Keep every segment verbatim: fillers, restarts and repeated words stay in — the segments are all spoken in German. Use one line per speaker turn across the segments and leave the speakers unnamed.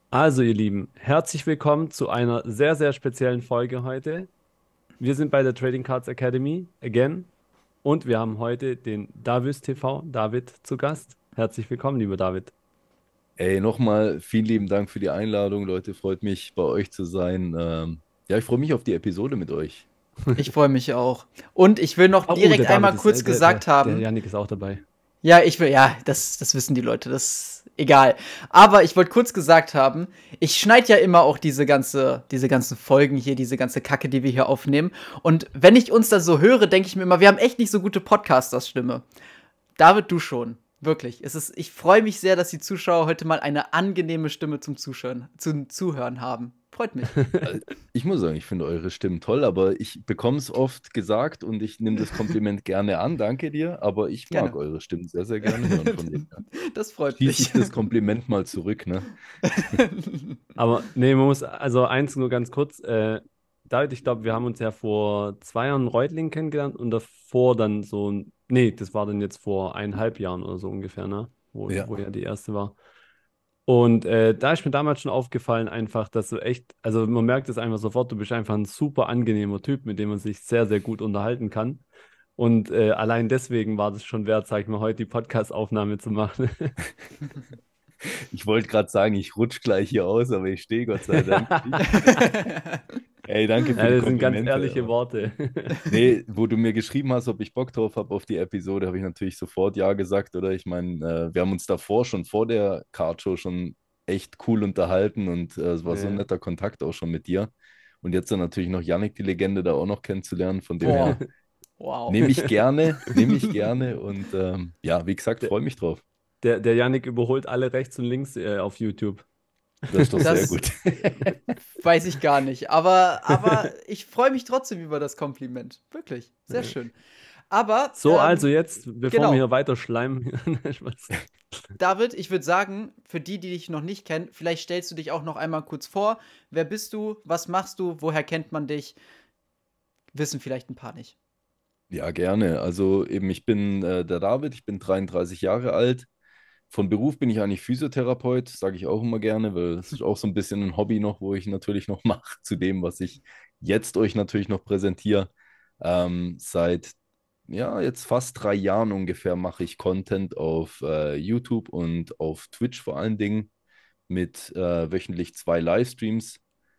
Also, ihr Lieben, herzlich willkommen zu einer sehr, sehr speziellen Folge heute. Wir sind bei der Trading Cards Academy again und wir haben heute den Davis T V, David, zu Gast. Herzlich willkommen, lieber David.
Ey, nochmal vielen lieben Dank für die Einladung, Leute. Freut mich, bei euch zu sein. Ähm, ja, ich freue mich auf die Episode mit euch.
Ich freue mich auch. Und ich will noch
Oh, oh, der
direkt
David
einmal
ist, äh,
kurz
der, der,
gesagt
der
haben,
Yannick ist auch dabei.
ja, ich will, ja, das, das wissen die Leute, das ist egal. Aber ich wollte kurz gesagt haben, ich schneide ja immer auch diese ganze, diese ganzen Folgen hier, diese ganze Kacke, die wir hier aufnehmen. Und wenn ich uns da so höre, denke ich mir immer, wir haben echt nicht so gute Podcasters-Stimme. David, du schon. Wirklich. Es ist, ich freue mich sehr, dass die Zuschauer heute mal eine angenehme Stimme zum Zuschauen, zum Zuhören haben. Freut mich.
Also, ich muss sagen, ich finde eure Stimmen toll, aber ich bekomme es oft gesagt und ich nehme das Kompliment gerne an. Danke dir, aber ich mag
Gerne.
eure Stimmen sehr, sehr gerne hören von denen. Ja.
Das freut
Schieße
mich.
ich das Kompliment mal zurück, ne?
Aber nee, man muss, also eins nur ganz kurz. Äh, David, ich glaube, wir haben uns ja vor zwei Jahren in Reutlingen kennengelernt und davor dann so, ein- nee, das war dann jetzt vor eineinhalb Jahren oder so ungefähr, ne? Wo,
Ja.
wo ja die erste war. Und äh, da ist mir damals schon aufgefallen, einfach, dass du echt, also man merkt es einfach sofort, du bist einfach ein super angenehmer Typ, mit dem man sich sehr, sehr gut unterhalten kann. Und äh, allein deswegen war das schon wert, sag ich mal, heute die Podcast-Aufnahme zu machen.
Ich wollte gerade sagen, ich rutsche gleich hier aus, aber ich stehe Gott sei Dank nicht. Ey, danke für
Ja,
die
das sind ganz
Komplimente.
ehrliche
Aber
Worte.
nee, wo du mir geschrieben hast, ob ich Bock drauf habe auf die Episode, habe ich natürlich sofort ja gesagt, oder? Ich meine, äh, wir haben uns davor schon vor der Cardshow schon echt cool unterhalten und äh, es war so ein
Ja.
netter Kontakt auch schon mit dir. Und jetzt dann natürlich noch Yannick, die Legende, da auch noch kennenzulernen. Von dem her
Boah, wow.
nehme ich gerne, nehme ich gerne und ähm, ja, wie gesagt,
Der,
freue mich drauf.
der, der Yannick überholt alle rechts und links äh, auf YouTube.
Das ist doch sehr
Das
gut.
weiß ich gar nicht. Aber, aber ich freue mich trotzdem über das Kompliment. Wirklich. Sehr schön. Aber,
So, also
ähm,
jetzt, bevor wir
genau.
hier weiter schleimen. Spaß.
David, ich würde sagen, für die, die dich noch nicht kennen, vielleicht stellst du dich auch noch einmal kurz vor. Wer bist du? Was machst du? Woher kennt man dich? Wissen vielleicht ein paar nicht.
Ja, gerne. Also eben, ich bin äh, der David, ich bin dreiunddreißig Jahre alt. Von Beruf bin ich eigentlich Physiotherapeut, sage ich auch immer gerne, weil es ist auch so ein bisschen ein Hobby noch, wo ich natürlich noch mache zu dem, was ich jetzt euch natürlich noch präsentiere. Ähm, seit ja, jetzt fast drei Jahren ungefähr mache ich Content auf äh, YouTube und auf Twitch vor allen Dingen mit äh, wöchentlich zwei Livestreams.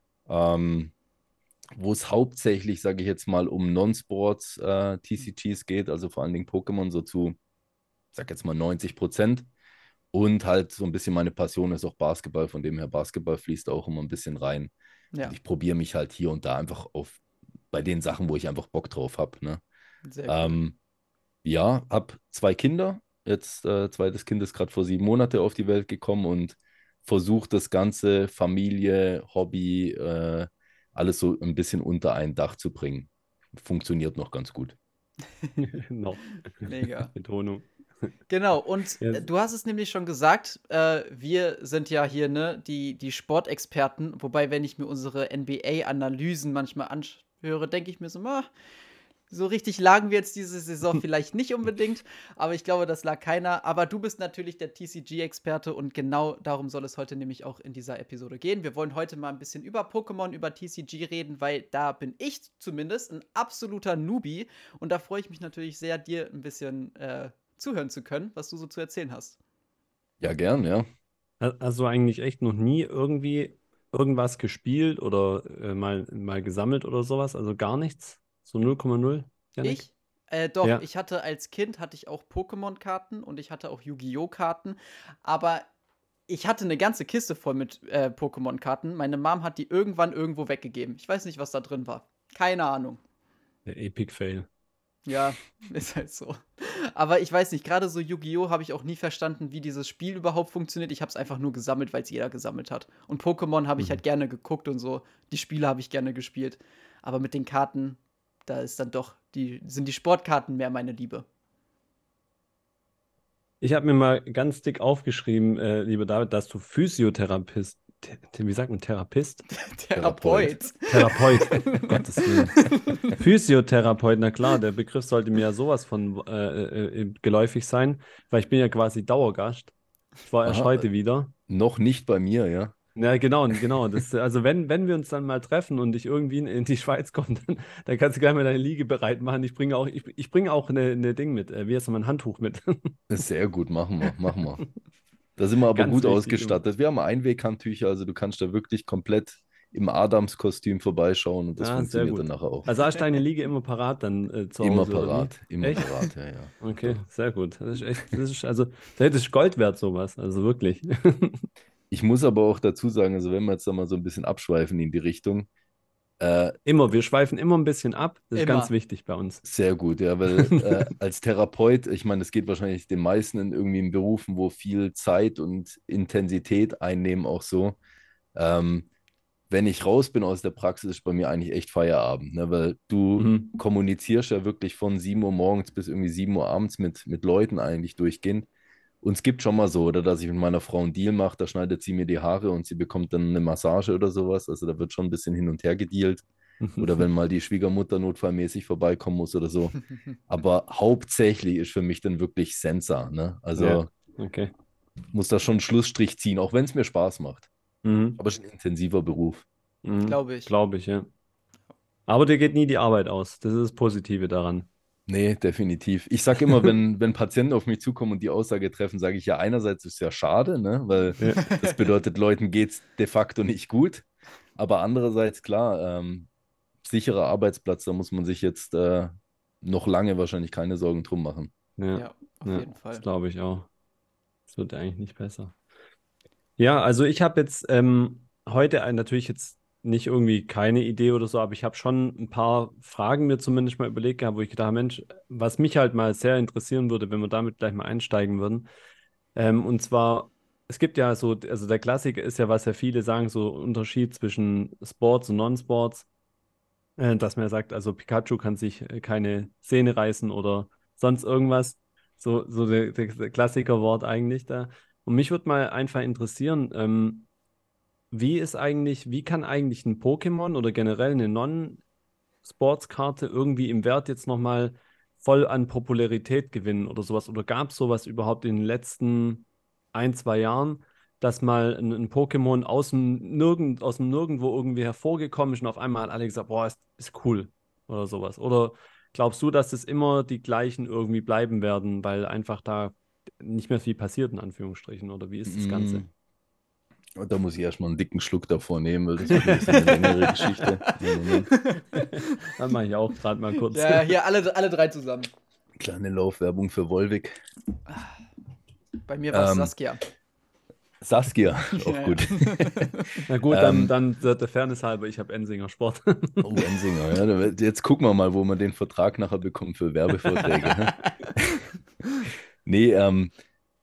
Ähm, Wo es hauptsächlich, sage ich jetzt mal, um Non-Sports äh, T C Gs geht, also vor allen Dingen Pokémon so zu, sag jetzt mal neunzig Prozent. Und halt so ein bisschen meine Passion ist auch Basketball, von dem her Basketball fließt auch immer ein bisschen rein. Und
Ja,
ich probiere mich halt hier und da einfach auf bei den Sachen, wo ich einfach Bock drauf habe. Ne?
sehr cool.
Ähm, ja, habe zwei Kinder. Jetzt äh, zweites Kind ist gerade vor sieben Monate auf die Welt gekommen und versucht das ganze Familie, Hobby, äh, alles so ein bisschen unter ein Dach zu bringen. Funktioniert noch ganz gut.
Noch.
Mega.
Betonung.
Genau, und
Ja,
äh, du hast es nämlich schon gesagt, äh, wir sind ja hier, ne, die, die Sportexperten, wobei, wenn ich mir unsere N B A-Analysen manchmal anhöre, denke ich mir so, ah, so richtig lagen wir jetzt diese Saison vielleicht nicht unbedingt, aber ich glaube, das lag keiner. Aber du bist natürlich der T C G-Experte und genau darum soll es heute nämlich auch in dieser Episode gehen. Wir wollen heute mal ein bisschen über Pokémon, über T C G reden, weil da bin ich zumindest ein absoluter Newbie und da freue ich mich natürlich sehr, dir ein bisschen äh, zuhören zu können, was du so zu erzählen hast.
Ja, gern, ja.
ha- hast du eigentlich echt noch nie irgendwie irgendwas gespielt oder äh, mal, mal gesammelt oder sowas? Also gar nichts? So null Komma null, Yannick?
Ich? Äh, doch,
Ja.
ich hatte als Kind hatte ich auch Pokémon-Karten und ich hatte auch Yu-Gi-Oh! Karten, aber ich hatte eine ganze Kiste voll mit äh, Pokémon-Karten. Meine Mom hat die irgendwann irgendwo weggegeben. Ich weiß nicht, was da drin war. Keine Ahnung.
Der Epic Fail.
Ja, ist halt so. Aber ich weiß nicht, gerade so Yu-Gi-Oh! Habe ich auch nie verstanden, wie dieses Spiel überhaupt funktioniert. Ich habe es einfach nur gesammelt, weil es jeder gesammelt hat. Und Pokémon habe ich
Mhm.
halt gerne geguckt und so. Die Spiele habe ich gerne gespielt. Aber mit den Karten, da ist dann doch, die, sind die Sportkarten mehr meine Liebe.
Ich habe mir mal ganz dick aufgeschrieben, äh, lieber David, dass du Physiotherapist, th th- wie sagt man, Therapist?
Therapeut.
Therapeut.
Therapeut, Gottes Willen. Physiotherapeut, na klar, der Begriff sollte mir ja sowas von äh, äh, geläufig sein, weil ich bin ja quasi Dauergast. Ich war erst
Aha, äh,
heute wieder.
noch nicht bei mir, ja.
Ja, genau, genau. Das, also wenn, wenn wir uns dann mal treffen und ich irgendwie in, in die Schweiz komme, dann, dann kannst du gleich mal deine Liege bereit machen. Ich bringe auch, ich, ich bringe auch eine, eine Ding mit. Äh, wie heißt nochmal ein Handtuch mit?
Sehr gut, machen wir, machen wir. Da sind wir aber
Ganz
gut
wichtig immer.
ausgestattet. Wir haben Einweghandtücher, also du kannst da wirklich komplett im Adams-Kostüm vorbeischauen und das
Ah, sehr
funktioniert dann
gut.
nachher auch.
Also hast du deine Liege immer parat dann äh, zu
Immer
Hause, oder wie?
parat, immer
Echt?
parat, ja, ja.
Okay,
Doch.
sehr gut. Das ist echt, das ist, also, das ist Gold wert, sowas. Also wirklich.
Ich muss aber auch dazu sagen, also wenn wir jetzt da mal so ein bisschen abschweifen in die Richtung, äh,
Immer, wir schweifen immer ein bisschen ab. Das ist ganz
Immer.
wichtig bei uns.
sehr gut, ja, weil äh, als Therapeut, ich meine, das geht wahrscheinlich den meisten in irgendwie in Berufen, wo viel Zeit und Intensität einnehmen, auch so. Ähm, wenn ich raus bin aus der Praxis, ist bei mir eigentlich echt Feierabend, ne? Weil du
Mhm.
kommunizierst ja wirklich von sieben Uhr morgens bis irgendwie sieben Uhr abends mit, mit Leuten eigentlich durchgehend. Und es gibt schon mal so, oder dass ich mit meiner Frau einen Deal mache, da schneidet sie mir die Haare und sie bekommt dann eine Massage oder sowas. Also da wird schon ein bisschen hin und her gedealt. Oder wenn mal die Schwiegermutter notfallmäßig vorbeikommen muss oder so. Aber hauptsächlich ist für mich dann wirklich Sensa, ne?
Ja,
Also
okay.
muss da schon einen Schlussstrich ziehen, auch wenn es mir Spaß macht.
Mhm.
Aber es ist ein intensiver Beruf.
Mhm.
Glaube ich.
Glaube ich, ja. Aber dir geht nie die Arbeit aus. Das ist das Positive daran.
Nee, definitiv. Ich sage immer, wenn, wenn Patienten auf mich zukommen und die Aussage treffen, sage ich ja, einerseits ist es ja schade, ne? Weil
Ja.
das bedeutet, Leuten geht es de facto nicht gut. Aber andererseits, klar, ähm, sicherer Arbeitsplatz, da muss man sich jetzt äh, noch lange wahrscheinlich keine Sorgen drum machen.
Ja,
Ja, auf
ja,
jeden
das
Fall.
glaube ich auch. Das wird eigentlich nicht besser. Ja, also ich habe jetzt ähm, heute ein, natürlich jetzt nicht irgendwie keine Idee oder so, aber ich habe schon ein paar Fragen mir zumindest mal überlegt gehabt, wo ich gedacht habe, Mensch, was mich halt mal sehr interessieren würde, wenn wir damit gleich mal einsteigen würden. Ähm, und zwar, es gibt ja so, also der Klassiker ist ja, was ja viele sagen, so Unterschied zwischen Sports und Non-Sports, äh, dass man ja sagt, also Pikachu kann sich äh, keine Zähne reißen oder sonst irgendwas. So, so der, der, der Klassikerwort eigentlich da. Und mich würde mal einfach interessieren, ähm, wie ist eigentlich, wie kann eigentlich ein Pokémon oder generell eine Non-Sports-Karte irgendwie im Wert jetzt nochmal voll an Popularität gewinnen oder sowas? Oder gab es sowas überhaupt in den letzten ein, zwei Jahren, dass mal ein, ein Pokémon aus dem, Nirgend, aus dem Nirgendwo irgendwie hervorgekommen ist und auf einmal hat alle gesagt, boah, ist, ist cool oder sowas? Oder glaubst du, dass es immer die gleichen irgendwie bleiben werden, weil einfach da nicht mehr viel passiert, in Anführungsstrichen? Oder wie ist das Ganze?
Mm, Da muss ich erstmal einen dicken Schluck davor nehmen, weil das wird ein bisschen eine längere Geschichte. Nee, Moment.
Dann mache ich auch gerade mal kurz.
Ja, hier alle, alle drei zusammen.
Kleine Laufwerbung für Volvic.
Bei mir war es
Ähm,
Saskia.
Saskia,
Ja,
auch
ja.
gut.
Na gut, dann,
ähm,
dann der der Fairness halber, ich habe Ensinger Sport.
oh, Ensinger, ja. da- Jetzt gucken wir mal, wo man den Vertrag nachher bekommt für Werbevorträge. hä? Nee, ähm,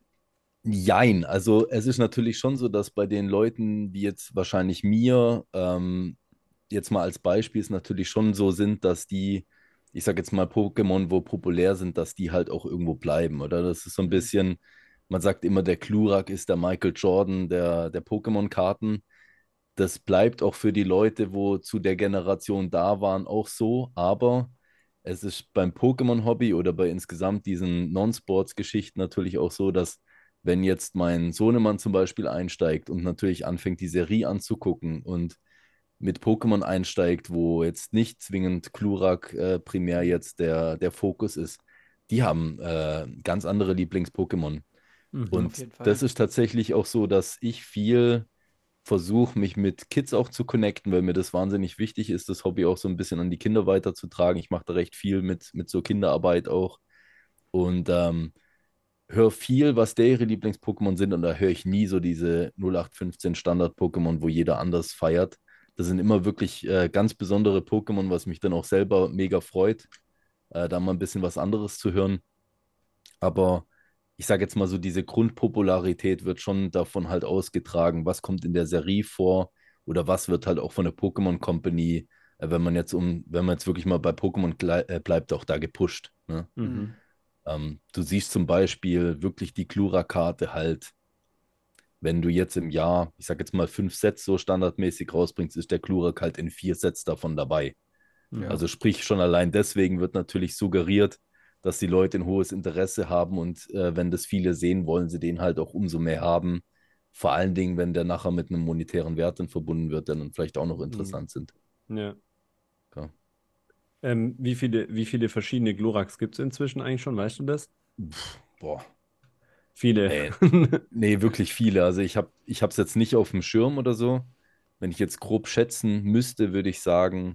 jein. Also es ist natürlich schon so, dass bei den Leuten, wie jetzt wahrscheinlich mir, ähm, jetzt mal als Beispiel, es natürlich schon so sind, dass die, ich sag jetzt mal Pokémon, wo populär sind, dass die halt auch irgendwo bleiben, oder? Das ist so ein
Mhm.
bisschen, man sagt immer, der Glurak ist der Michael Jordan der, der Pokémon-Karten. Das bleibt auch für die Leute, wo zu der Generation da waren, auch so, aber es ist beim Pokémon-Hobby oder bei insgesamt diesen Non-Sports-Geschichten natürlich auch so, dass wenn jetzt mein Sohnemann zum Beispiel einsteigt und natürlich anfängt, die Serie anzugucken und mit Pokémon einsteigt, wo jetzt nicht zwingend Glurak äh, primär jetzt der, der Fokus ist, die haben äh, ganz andere Lieblings-Pokémon.
Mhm.
Auf
Und
jeden Fall.
das ist tatsächlich auch so, dass ich viel versuche, mich mit Kids auch zu connecten, weil mir das wahnsinnig wichtig ist, das Hobby auch so ein bisschen an die Kinder weiterzutragen. Ich mache da recht viel mit, mit so Kinderarbeit auch und ähm, höre viel, was der ihre Lieblings-Pokémon sind und da höre ich nie so diese null acht fünfzehn Standard-Pokémon, wo jeder anders feiert. Das sind immer wirklich äh, ganz besondere Pokémon, was mich dann auch selber mega freut, äh, da mal ein bisschen was anderes zu hören. Aber ich sage jetzt mal so, diese Grundpopularität wird schon davon halt ausgetragen, was kommt in der Serie vor oder was wird halt auch von der Pokémon Company, äh, wenn man jetzt um, wenn man jetzt wirklich mal bei Pokémon glei- äh, bleibt, auch da gepusht. Ne?
Mhm.
Mhm.
Ähm, du siehst zum Beispiel wirklich die Klura-Karte halt, wenn du jetzt im Jahr, ich sag jetzt mal fünf Sets so standardmäßig rausbringst, ist der Klurak halt in vier Sets davon dabei.
Ja.
Mhm.
Also sprich, schon allein deswegen wird natürlich suggeriert, dass die Leute ein hohes Interesse haben und äh, wenn das viele sehen, wollen sie den halt auch umso mehr haben. Vor allen Dingen, wenn der nachher mit einem monetären Wert dann verbunden wird, der dann vielleicht auch noch
Mhm.
interessant sind.
Ja.
Ja.
Ähm, wie viele, wie viele verschiedene Gloraks gibt es inzwischen eigentlich schon? Weißt du das?
Pff, boah,
Viele.
nee, nee, wirklich viele. Also ich habe ich habe es jetzt nicht auf dem Schirm oder so. Wenn ich jetzt grob schätzen müsste, würde ich sagen,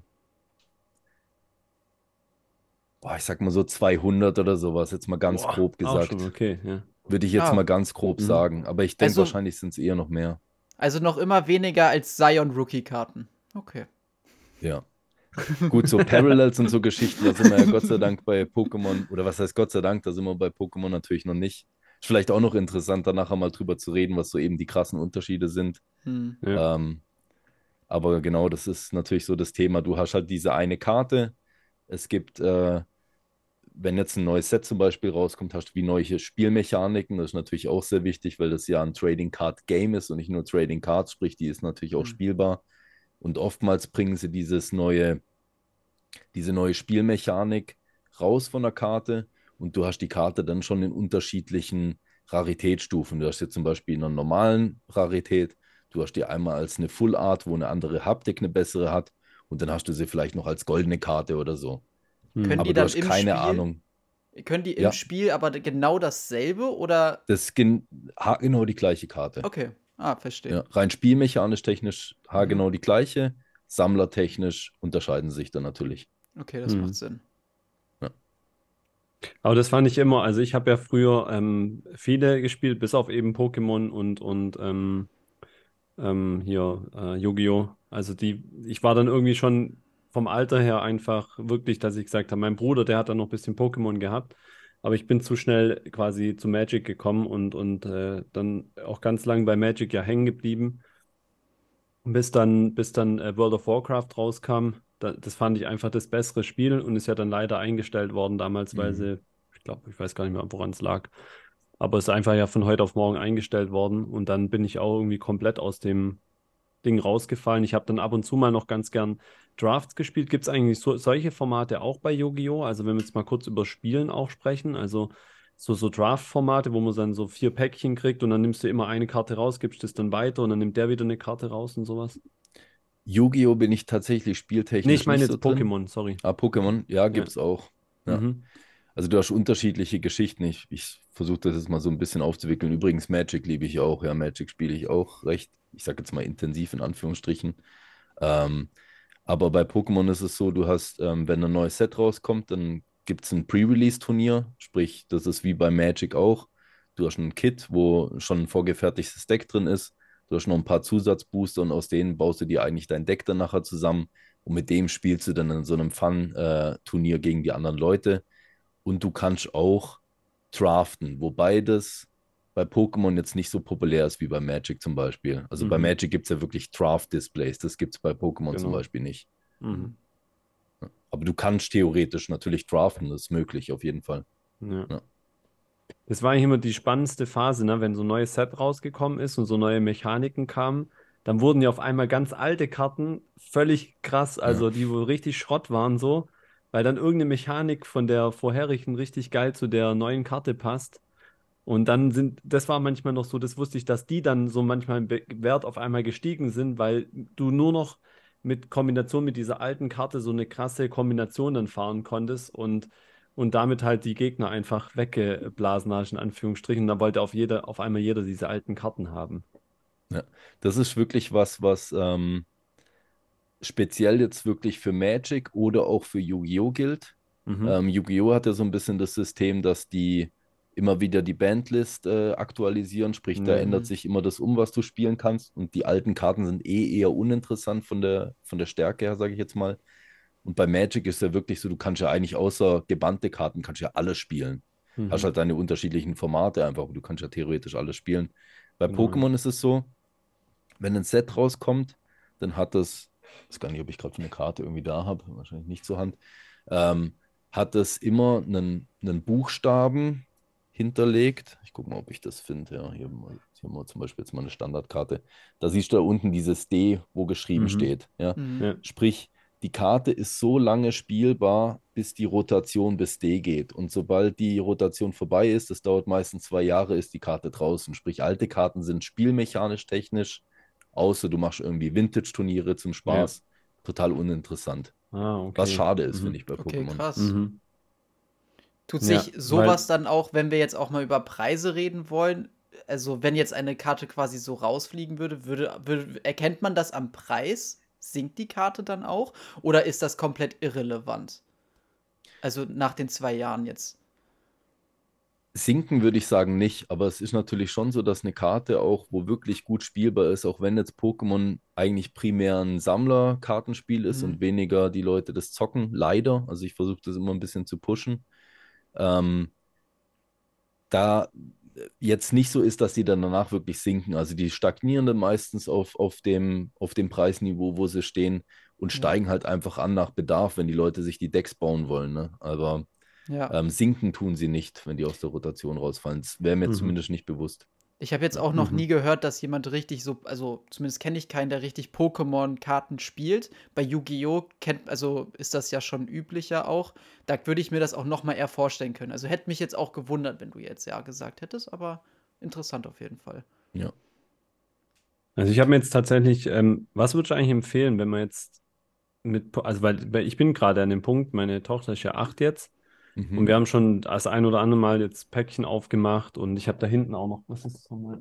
boah, ich sag mal so zweihundert oder sowas, jetzt mal ganz
Boah,
grob
auch schon,
gesagt.
okay, ja.
Würde ich jetzt
Ah,
mal ganz grob
Mhm.
sagen. Aber ich denke,
also,
wahrscheinlich sind es eher noch mehr.
also noch immer weniger als Zion-Rookie-Karten. Okay.
Ja. Gut, so Parallels und so Geschichten, da sind wir ja Gott sei Dank bei Pokémon, oder was heißt Gott sei Dank, da sind wir bei Pokémon natürlich noch nicht. Ist vielleicht auch noch interessant, da nachher mal drüber zu reden, was so eben die krassen Unterschiede sind.
Hm.
Ja.
Ähm, aber genau, das ist natürlich so das Thema. Du hast halt diese eine Karte. Es gibt, äh, wenn jetzt ein neues Set zum Beispiel rauskommt, hast du wie neue Spielmechaniken. Das ist natürlich auch sehr wichtig, weil das ja ein Trading Card Game ist und nicht nur Trading Cards, sprich, die ist natürlich auch
Hm.
spielbar. Und oftmals bringen sie dieses neue diese neue Spielmechanik raus von der Karte und du hast die Karte dann schon in unterschiedlichen Raritätsstufen. Du hast sie zum Beispiel in einer normalen Rarität, du hast die einmal als eine Full Art, wo eine andere Haptik eine bessere hat und dann hast du sie vielleicht noch als goldene Karte oder so.
Können
Mhm.
die
Aber du
dann
hast
im
keine
Spiel,
Ahnung.
können die im
Ja,
Spiel aber genau dasselbe oder?
das ist gen genau die gleiche Karte.
Okay. Ah, verstehe.
Ja, rein spielmechanisch technisch
Mhm.
genau die gleiche, sammlertechnisch unterscheiden sie sich dann natürlich.
Okay, das macht
Mhm.
Sinn.
Ja.
Aber das fand ich immer, also ich habe ja früher ähm, viele gespielt, bis auf eben Pokémon und, und ähm, ähm, hier äh, Yu-Gi-Oh! Also die, ich war dann irgendwie schon vom Alter her einfach wirklich, dass ich gesagt habe, mein Bruder, der hat dann noch ein bisschen Pokémon gehabt, aber ich bin zu schnell quasi zu Magic gekommen und, und äh, dann auch ganz lang bei Magic ja hängen geblieben, bis dann, bis dann äh, World of Warcraft rauskam. Da, das fand ich einfach das bessere Spiel und ist ja dann leider eingestellt worden damals, weil
Mhm.
sie, ich glaube, ich weiß gar nicht mehr, woran es lag. Aber es ist einfach ja von heute auf morgen eingestellt worden und dann bin ich auch irgendwie komplett aus dem Ding rausgefallen. Ich habe dann ab und zu mal noch ganz gern Drafts gespielt. Gibt es eigentlich so, solche Formate auch bei Yu-Gi-Oh? Also wenn wir jetzt mal kurz über Spielen auch sprechen, also so, so Draft-Formate, wo man dann so vier Päckchen kriegt und dann nimmst du immer eine Karte raus, gibst es dann weiter und dann nimmt der wieder eine Karte raus und sowas.
Yu-Gi-Oh! Bin ich tatsächlich
Nee, ich
spieltechnisch
meine
nicht so
jetzt
drin.
Pokémon, sorry.
Ah, Pokémon, ja,
Ja.
gibt's auch. Ja.
Mhm.
Also du hast unterschiedliche Geschichten. Ich, ich versuche das jetzt mal so ein bisschen aufzuwickeln. Übrigens, Magic liebe ich auch. Ja, Magic spiele ich auch recht, ich sage jetzt mal intensiv in Anführungsstrichen. Ähm, aber bei Pokémon ist es so, du hast, ähm, wenn ein neues Set rauskommt, dann gibt es ein Pre-Release-Turnier. Sprich, das ist wie bei Magic auch. Du hast ein Kit, wo schon ein vorgefertigtes Deck drin ist. Du hast noch ein paar Zusatzbooster und aus denen baust du dir eigentlich dein Deck dann nachher zusammen. Und mit dem spielst du dann in so einem Fun-Turnier gegen die anderen Leute. Und du kannst auch draften, wobei das bei Pokémon jetzt nicht so populär ist wie bei Magic zum Beispiel. Also bei
Mhm.
Magic gibt es ja wirklich Draft-Displays, das gibt es bei Pokémon zum
Genau.
Beispiel nicht.
Mhm.
Aber du kannst theoretisch natürlich draften, das ist möglich, auf jeden Fall.
Ja.
Ja.
Das war eigentlich immer die spannendste Phase, ne? Wenn so ein neues Set rausgekommen ist und so neue Mechaniken kamen, dann wurden ja auf einmal ganz alte Karten völlig krass,
Ja.
also die wohl richtig Schrott waren so, weil dann irgendeine Mechanik von der vorherigen richtig geil zu der neuen Karte passt. Und dann sind, das war manchmal noch so, das wusste ich, dass die dann so manchmal im Be- Wert auf einmal gestiegen sind, weil du nur noch mit Kombination mit dieser alten Karte so eine krasse Kombination dann fahren konntest und, und damit halt die Gegner einfach weggeblasen hast, in Anführungsstrichen. Da wollte auf jeder, auf einmal jeder diese alten Karten haben.
Ja. Das ist wirklich was, was ähm, speziell jetzt wirklich für Magic oder auch für Yu-Gi-Oh! Gilt.
Mhm.
Ähm, Yu-Gi-Oh! Hat ja so ein bisschen das System, dass die immer wieder die Bandlist äh, aktualisieren, sprich, da
Ja.
ändert
Mhm.
sich immer das um, was du spielen kannst. Und die alten Karten sind eh eher uninteressant von der, von der Stärke her, sage ich jetzt mal. Und bei Magic ist ja wirklich so, du kannst ja eigentlich außer gebannte Karten, kannst ja alles spielen. Hast
Mhm.
halt deine unterschiedlichen Formate einfach, aber du kannst ja theoretisch alles spielen. Bei
Genau, ja.
Pokémon ist es so, wenn ein Set rauskommt, dann hat das, ich weiß gar nicht, ob ich gerade eine Karte irgendwie da habe, wahrscheinlich nicht zur Hand, ähm, hat es immer einen, einen Buchstaben hinterlegt. Ich gucke mal, ob ich das finde. Ja, hier, mal- hier haben wir zum Beispiel jetzt mal eine Standardkarte. Da siehst du da unten dieses D, wo geschrieben
Mhm.
steht. Ja?
Mhm.
Ja.
Sprich, die Karte ist so lange spielbar, bis die Rotation bis D geht. Und sobald die Rotation vorbei ist, das dauert meistens zwei Jahre, ist die Karte draußen. Sprich, alte Karten sind spielmechanisch technisch, außer du machst irgendwie Vintage-Turniere zum
Ja.
Spaß, total uninteressant.
Ah,
Was
okay.
schade ist, finde
Mhm.
ich, bei
Okay,
Pokémon.
krass.
Mhm.
Tut
Ja,
sich
weil,
sowas dann auch, wenn wir jetzt auch mal über Preise reden wollen, also wenn jetzt eine Karte quasi so rausfliegen würde, würde, würde erkennt man das am Preis? Sinkt die Karte dann auch? Oder ist das komplett irrelevant? Also nach den zwei Jahren jetzt.
Sinken würde ich sagen nicht, aber es ist natürlich schon so, dass eine Karte auch, wo wirklich gut spielbar ist, auch wenn jetzt Pokémon eigentlich primär ein Sammlerkartenspiel ist
Mhm.
und weniger die Leute das zocken, leider. Also ich versuche das immer ein bisschen zu pushen. Ähm, da jetzt nicht so ist, dass die dann danach wirklich sinken. Also die stagnieren dann meistens auf, auf dem, auf dem Preisniveau, wo sie stehen und
Ja.
steigen halt einfach an nach Bedarf, wenn die Leute sich die Decks bauen wollen. Ne? Aber
Ja.
ähm, sinken tun sie nicht, wenn die aus der Rotation rausfallen. Das wäre mir
mhm.
zumindest nicht bewusst.
Ich habe jetzt
Ja.
auch noch
Mhm.
nie gehört, dass jemand richtig so, also zumindest kenne ich keinen, der richtig Pokémon-Karten spielt. Bei Yu-Gi-Oh! Kennt, also ist das ja schon üblicher auch. Da würde ich mir das auch noch mal eher vorstellen können. Also hätte mich jetzt auch gewundert, wenn du jetzt ja gesagt hättest, aber interessant auf jeden Fall.
Ja.
Also ich habe mir jetzt tatsächlich, ähm, was würdest du eigentlich empfehlen, wenn man jetzt mit, Po- also weil, weil ich bin gerade an dem Punkt, meine Tochter ist ja acht jetzt und
Mhm.
wir haben schon das ein oder andere Mal jetzt Päckchen aufgemacht und ich habe da hinten auch noch, was ist das nochmal?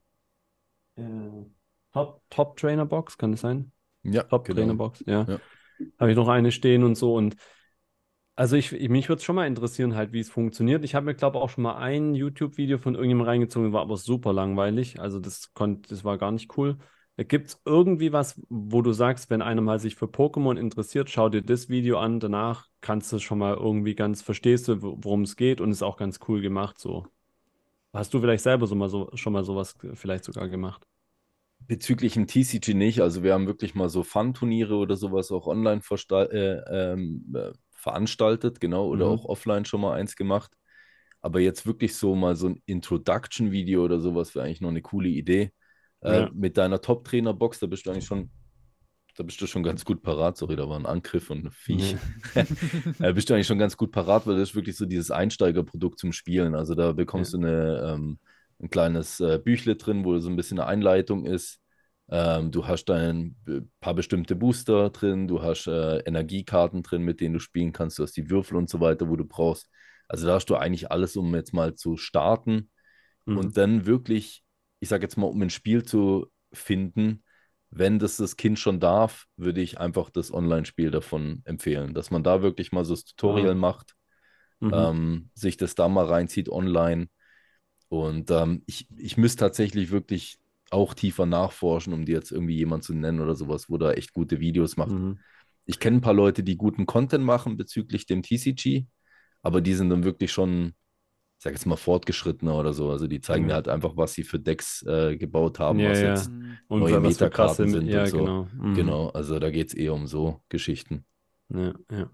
Äh, Top, Top Trainer Box, kann das sein?
Ja,
Top Trainer
genau.
Box, ja.
Ja.
Habe ich noch eine stehen und so und also ich, ich mich würde es schon mal interessieren, halt, wie es funktioniert. Ich habe mir, glaube ich, auch schon mal ein YouTube-Video von irgendjemandem reingezogen, war aber super langweilig. Also das konnte, das war gar nicht cool. Gibt es irgendwie was, wo du sagst, wenn einer mal sich für Pokémon interessiert, schau dir das Video an, danach kannst du schon mal irgendwie ganz, verstehst du, wo- worum es geht und ist auch ganz cool gemacht so. Hast du vielleicht selber so mal so schon mal sowas vielleicht sogar gemacht?
Bezüglich dem T C G nicht. Also wir haben wirklich mal so Fun-Turniere oder sowas auch online versta- äh, ähm, äh, veranstaltet, genau, oder auch
Mhm.
offline schon mal eins gemacht. Aber jetzt wirklich so mal so ein Introduction-Video oder sowas wäre eigentlich noch eine coole Idee. Äh,
Ja.
mit deiner Top-Trainer-Box, da bist du eigentlich schon, da bist du schon ganz gut parat. Sorry, da war ein Angriff und ein Viech.
Nee.
äh, bist du eigentlich schon ganz gut parat, weil das ist wirklich so dieses Einsteigerprodukt zum Spielen. Also da
Ja.
bekommst du eine, ähm, ein kleines äh, Büchle drin, wo so ein bisschen eine Einleitung ist. Ähm, du hast ein äh, paar bestimmte Booster drin, du hast äh, Energiekarten drin, mit denen du spielen kannst, du hast die Würfel und so weiter, wo du brauchst. Also da hast du eigentlich alles, um jetzt mal zu starten
Mhm.
und dann wirklich, ich sage jetzt mal, um ein Spiel zu finden, wenn das das Kind schon darf, würde ich einfach das Online-Spiel davon empfehlen, dass man da wirklich mal so das
Ah.
Tutorial macht,
Mhm.
ähm, sich das da mal reinzieht online. Und ähm, ich, ich müsste tatsächlich wirklich auch tiefer nachforschen, um dir jetzt irgendwie jemand zu nennen oder sowas, wo da echt gute Videos macht.
Mhm.
Ich kenne ein paar Leute, die guten Content machen bezüglich dem T C G, aber die sind dann wirklich schon, ich sag jetzt mal, fortgeschrittener oder so. Also die zeigen dir
Ja.
halt einfach, was sie für Decks äh, gebaut haben,
Ja,
was
ja.
jetzt
Mhm.
Und
neue
wa- was für krasse,
Metakarten sind und
ja,
so.
genau. Mhm.
Genau, also da geht es eher um so Geschichten.
Ja, ja.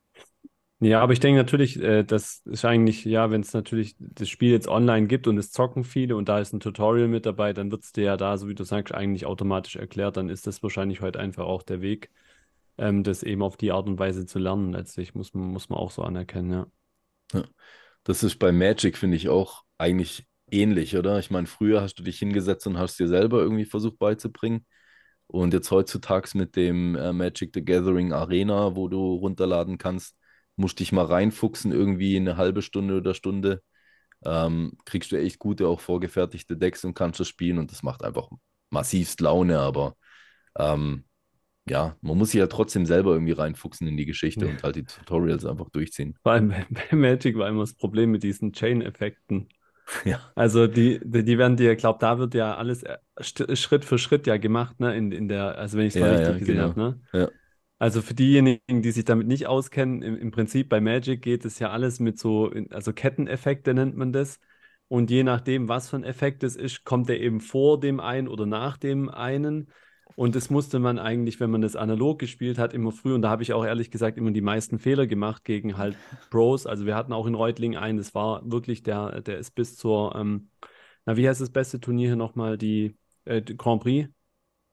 Ja, aber ich denke natürlich, äh, das ist eigentlich, ja, wenn es natürlich das Spiel jetzt online gibt und es zocken viele und da ist ein Tutorial mit dabei, dann wird es dir ja da, so wie du sagst, eigentlich automatisch erklärt. Dann ist das wahrscheinlich heute einfach auch der Weg, ähm, das eben auf die Art und Weise zu lernen. Letztlich muss man, muss man auch so anerkennen, ja.
Ja. Das ist bei Magic, finde ich, auch eigentlich ähnlich, oder? Ich meine, früher hast du dich hingesetzt und hast dir selber irgendwie versucht beizubringen. Und jetzt heutzutage mit dem äh, Magic the Gathering Arena, wo du runterladen kannst, musst dich mal reinfuchsen, irgendwie eine halbe Stunde oder Stunde. Ähm, kriegst du echt gute, auch vorgefertigte Decks und kannst das spielen und das macht einfach massivst Laune, aber ähm, ja, man muss sich ja trotzdem selber irgendwie reinfuchsen in die Geschichte und halt die Tutorials einfach durchziehen.
Vor allem bei, bei Magic war immer das Problem mit diesen Chain-Effekten.
Ja,
Also die, die, die werden dir, glaub, da wird ja alles äh, St- Schritt für Schritt ja gemacht, ne, in, in der, also wenn ich es mal
ja,
richtig
ja,
gesehen
genau.
habe, ne?
Ja,
Also für diejenigen, die sich damit nicht auskennen, im, im Prinzip bei Magic geht es ja alles mit so, also Ketteneffekte nennt man das. Und je nachdem, was für ein Effekt es ist, kommt er eben vor dem einen oder nach dem einen. Und das musste man eigentlich, wenn man das analog gespielt hat, immer früh. Und da habe ich auch ehrlich gesagt immer die meisten Fehler gemacht gegen halt Pros. Also wir hatten auch in Reutlingen einen, das war wirklich der, der ist bis zur, ähm, na, wie heißt das beste Turnier hier nochmal? Die, äh, die Grand Prix?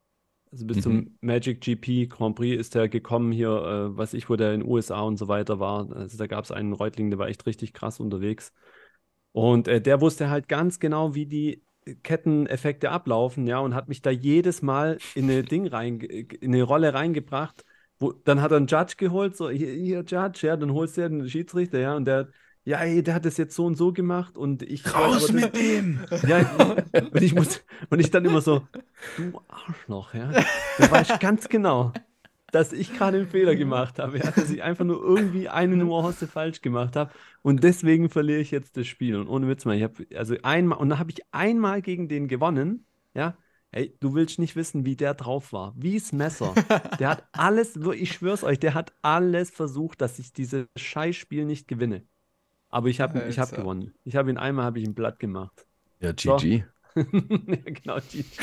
Also bis
Mhm.
zum Magic G P Grand Prix ist der gekommen hier, äh, weiß ich, wo der in den U S A und so weiter war. Also da gab es einen Reutling, der war echt richtig krass unterwegs. Und äh, der wusste halt ganz genau, wie die Ketteneffekte ablaufen, ja, und hat mich da jedes Mal in eine Ding rein, in eine Rolle reingebracht. Wo, dann hat er einen Judge geholt, so, hier, hier Judge, ja, dann holst du ja den Schiedsrichter, ja, und der, ja, ey, der hat das jetzt so und so gemacht und ich wollte aber
Raus
das,
mit dem!
ja, und ich muss, und ich dann immer so, du Arschloch, ja, der weiß ganz genau, dass ich gerade einen Fehler gemacht habe, ja, dass ich einfach nur irgendwie eine Nuance falsch gemacht habe und deswegen verliere ich jetzt das Spiel. Und ohne Witz mal, ich habe also einmal, und dann habe ich einmal gegen den gewonnen, ja, ey, du willst nicht wissen, wie der drauf war, wie's Messer. Der hat alles, ich schwör's euch, der hat alles versucht, dass ich dieses Scheißspiel nicht gewinne. Aber ich habe ich hab
Alter.
gewonnen. Ich habe ihn einmal, habe ich ihn platt gemacht.
Ja,
So.
G G.
Ja, genau, G G.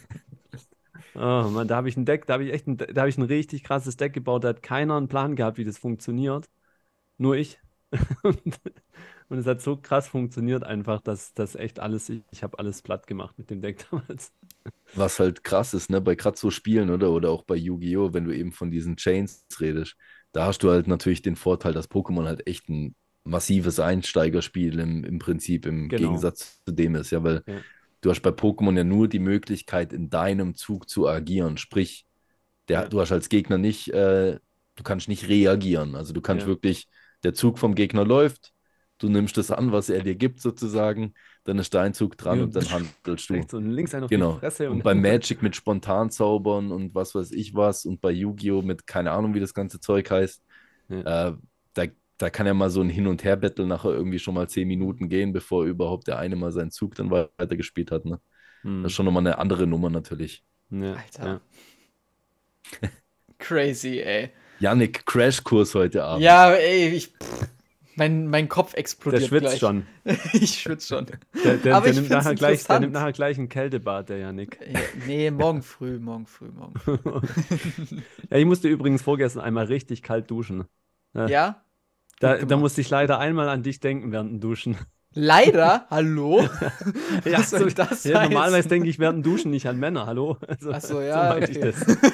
Oh Mann, da habe ich ein Deck, da habe ich echt ein, da habe ich ein richtig krasses Deck gebaut. Da hat keiner einen Plan gehabt, wie das funktioniert. Nur ich. Und, und es hat so krass funktioniert einfach, dass das echt alles, ich, ich habe alles platt gemacht mit dem Deck damals.
Was halt krass ist, ne, bei gerade so Spielen, oder? Oder auch bei Yu-Gi-Oh!, wenn du eben von diesen Chains redest, da hast du halt natürlich den Vorteil, dass Pokémon halt echt ein massives Einsteigerspiel im, im Prinzip im
Genau.
Gegensatz zu dem ist, ja, weil
Ja.
du hast bei Pokémon ja nur die Möglichkeit, in deinem Zug zu agieren. Sprich, der,
Ja.
du hast als Gegner nicht, äh, du kannst nicht reagieren. Also du kannst
Ja.
wirklich, der Zug vom Gegner läuft, du nimmst das an, was er dir gibt sozusagen, dann ist dein Zug dran
Ja,
und dann handelst du.
Rechts und links einen auf die
Genau.
Fresse.
Und
Und
bei Magic mit Spontanzaubern und was weiß ich was und bei Yu-Gi-Oh! Mit keine Ahnung, wie das ganze Zeug heißt,
Ja.
äh, da, da kann ja mal so ein Hin- und Her-Battle nachher irgendwie schon mal zehn Minuten gehen, bevor überhaupt der eine mal seinen Zug dann weitergespielt hat. Ne? Das ist
Hm.
schon nochmal eine andere Nummer natürlich.
Ja.
Alter.
Ja.
Crazy, ey.
Yannick, Crashkurs heute Abend.
Ja, ey, ich. Pff, mein, mein Kopf
Der
explodiert
schwitzt
gleich.
schon.
Ich schwitze schon.
Der, der,
Aber
der,
ich
nimmt
find's
nachher gleich, der nimmt
interessant.
nachher gleich ein Kältebad, der Janik.
Ja, nee, morgen früh, morgen früh, morgen früh.
Ja, ich musste übrigens vorgestern einmal richtig kalt duschen. Ja,
Ja?
da,
Gut
da
gemacht.
musste ich leider einmal an dich denken während dem Duschen.
Leider? Hallo?
Ja,
Was soll
so,
das
ja, normalerweise
heißen?
denke ich während dem Duschen nicht an Männer, hallo? Also,
Ach so,
so
ja,
meinte ich
okay.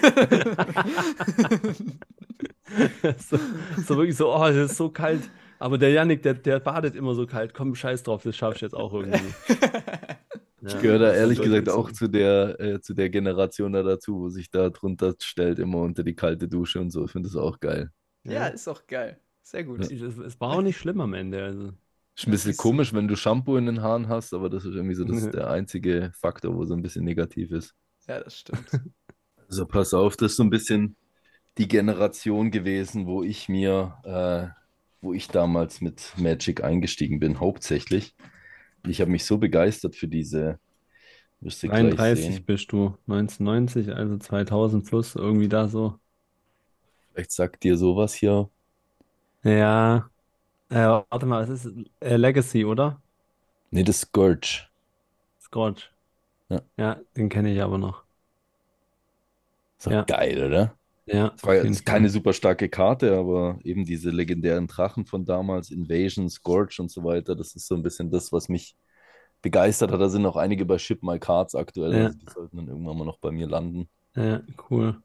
das. so, so wirklich so, oh, das ist so kalt. Aber der Janik, der, der badet immer so kalt. Komm, scheiß drauf, das schaffst du jetzt auch irgendwie.
Ich
Ja,
gehöre da
das ist
ehrlich
dann
gesagt auch
durchgezogen.
zu der, äh, zu der Generation da dazu, wo sich da drunter stellt, immer unter die kalte Dusche und so. Ich finde das auch geil.
Ja,
Ja,
ist auch geil. Sehr
Ja.
gut.
es, es war auch nicht schlimm am Ende. Also.
Ist ein bisschen
Siehst du.
komisch, wenn du Shampoo in den Haaren hast, aber das ist irgendwie so das, der einzige Faktor, wo so ein bisschen negativ ist.
Ja, das stimmt.
Also pass auf, das ist so ein bisschen die Generation gewesen, wo ich mir, äh, wo ich damals mit Magic eingestiegen bin, hauptsächlich. Ich habe mich so begeistert für diese, wirst du gleich
dreiunddreißig
sehen.
bist du, neunzehnhundertneunzig, also zweitausend plus, irgendwie da so.
Vielleicht sagt dir sowas hier.
Ja, äh, warte mal, es ist äh, Legacy, oder?
Nee, das Scourge.
Scorch.
Ja,
Ja, den kenne ich aber noch.
ist doch
Ja,
geil, oder?
ja,
Es war
auf jeden
jetzt keine
Fall.
super starke Karte, aber eben diese legendären Drachen von damals, Invasion, Scourge und so weiter, das ist so ein bisschen das, was mich begeistert hat. Da sind auch einige bei Ship My Cards aktuell,
Ja,
also die sollten dann irgendwann mal noch bei mir landen.
ja, cool.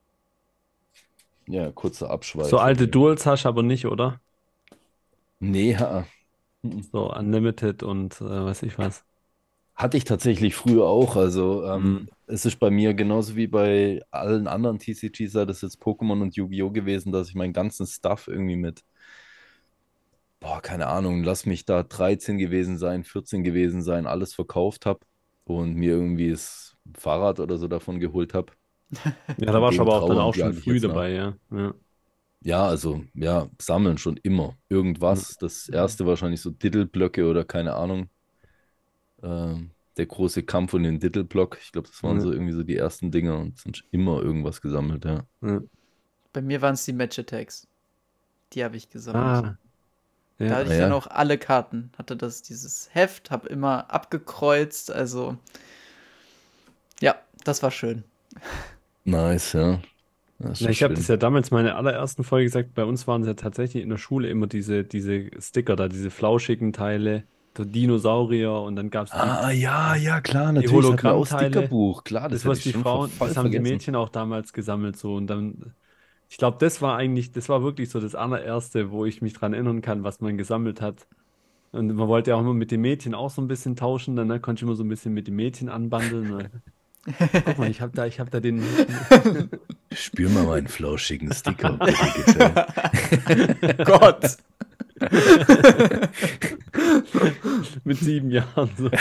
Ja, kurzer Abschweif
So
von
alte
mir.
Duels hast du aber nicht, oder?
Nee, ha, mhm.
So Unlimited und äh, weiß ich was.
Hatte ich tatsächlich früher auch. Also ähm,
Hm.
es ist bei mir genauso wie bei allen anderen T C Gs, sei das jetzt Pokémon und Yu-Gi-Oh! Gewesen, dass ich meinen ganzen Stuff irgendwie mit, boah, keine Ahnung, lass mich da dreizehn gewesen sein, vierzehn gewesen sein, alles verkauft habe und mir irgendwie das Fahrrad oder so davon geholt habe.
Ja, da
Und
warst du
dem
aber auch dann
trauern
auch
die
schon
eigentlich
früh
jetzt nach.
dabei, ja. Ja.
Ja, also, ja, sammeln schon immer.
Hm.
Irgendwas. Das erste wahrscheinlich so Diddle-Blöcke oder keine Ahnung. Ähm, der große Kampf und den Diddle-Block. Ich glaube, das waren
Ja.
so irgendwie so die ersten Dinger und sonst immer irgendwas gesammelt, ja.
Ja.
Bei mir waren es die Match Attacks. Die habe ich gesammelt.
Ah,
Da
ja.
hatte
Ah
ich dann
ja,
auch alle Karten. Hatte das, dieses Heft, habe immer abgekreuzt. Also, ja, das war schön.
nice, ja. Das ist
Na,
schon
ich habe das
schön.
ja damals in meiner allerersten Folge gesagt, bei uns waren es ja tatsächlich in der Schule immer diese, diese Sticker da, diese flauschigen Teile. der Dinosaurier und dann gab es die,
Ah, ja,
die,
ja, klar,
die
natürlich. Das hatten wir auch
Hologrammteile.
Stickerbuch. Klar, das
Das,
hätte
was
ich
die
schon ver-
Frauen,
voll
das haben die
vergessen.
Mädchen auch damals gesammelt so und dann, ich glaube, das war eigentlich, das war wirklich so das allererste, wo ich mich dran erinnern kann, was man gesammelt hat. Und man wollte ja auch immer mit den Mädchen auch so ein bisschen tauschen, dann ne, konnte ich immer so ein bisschen mit den Mädchen anbandeln. Ne. Guck mal, ich habe da, ich habe da den Mädchen
Spür mal meinen flauschigen Sticker, ob der dir gefällt.
Gott.
mit sieben Jahren so.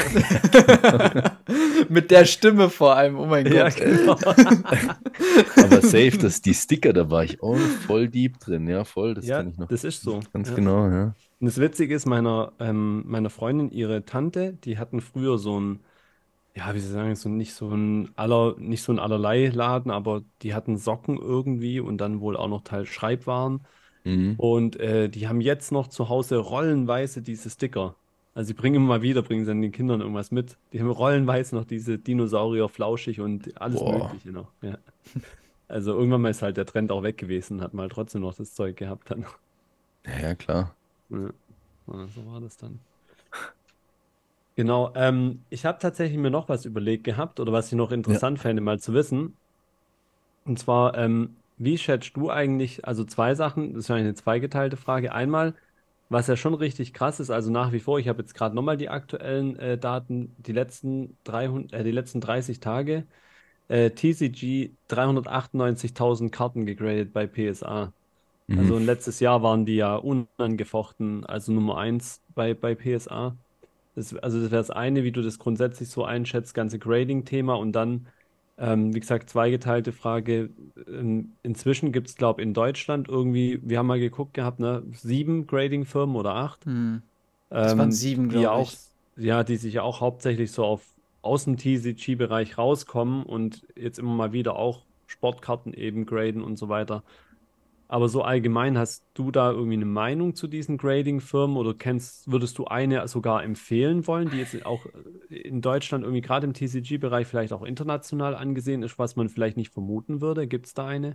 Mit der Stimme vor allem, oh mein
Ja,
Gott.
genau.
Aber safe, dass die Sticker, da war ich auch noch voll deep drin. Ja, voll, das
Ja,
kenne ich noch
das ist so.
ganz
Ja.
genau, ja.
Und das Witzige ist, meiner, ähm, meiner Freundin, ihre Tante, die hatten früher so ein, ja, wie sie sagen, so nicht so ein aller, nicht so ein Allerlei-Laden, aber die hatten Socken irgendwie und dann wohl auch noch teils Schreibwaren.
Mhm.
Und äh, die haben jetzt noch zu Hause rollenweise diese Sticker. Also sie bringen immer mal wieder, bringen sie dann den Kindern irgendwas mit. Die haben rollenweise noch diese Dinosaurier flauschig und alles
Boah,
Mögliche noch. Ja. Also irgendwann mal ist halt der Trend auch weg gewesen, hat mal trotzdem noch das Zeug gehabt dann.
ja, ja, klar.
Ja. Ja, so war das dann. Genau, ähm, ich habe tatsächlich mir noch was überlegt gehabt oder was ich noch
Ja.
interessant fände, mal zu wissen. Und zwar, ähm, wie schätzt du eigentlich, also zwei Sachen, das ist eigentlich eine zweigeteilte Frage. Einmal, was ja schon richtig krass ist, also nach wie vor, ich habe jetzt gerade nochmal die aktuellen äh, Daten, die letzten dreihundert, äh, die letzten dreißig Tage, äh, T C G dreihundertachtundneunzigtausend Karten gegradet bei P S A.
Mhm.
Also und letztes Jahr waren die ja unangefochten, also Nummer eins bei, bei P S A. Das, also das wäre das eine, wie du das grundsätzlich so einschätzt, ganze Grading-Thema und dann, ähm, wie gesagt, zweigeteilte Frage. Ähm, inzwischen gibt es, glaube ich, in Deutschland irgendwie, wir haben mal geguckt gehabt, ne, sieben Grading-Firmen oder acht,
Hm. Das waren
ähm,
sieben,
die ja
glaube
auch,
ich.
ja, die sich ja auch hauptsächlich so auf aus dem T C G-Bereich rauskommen und jetzt immer mal wieder auch Sportkarten eben graden und so weiter. Aber so allgemein, hast du da irgendwie eine Meinung zu diesen Grading-Firmen oder kennst, würdest du eine sogar empfehlen wollen, die jetzt auch in Deutschland irgendwie gerade im T C G-Bereich vielleicht auch international angesehen ist, was man vielleicht nicht vermuten würde? Gibt es da eine?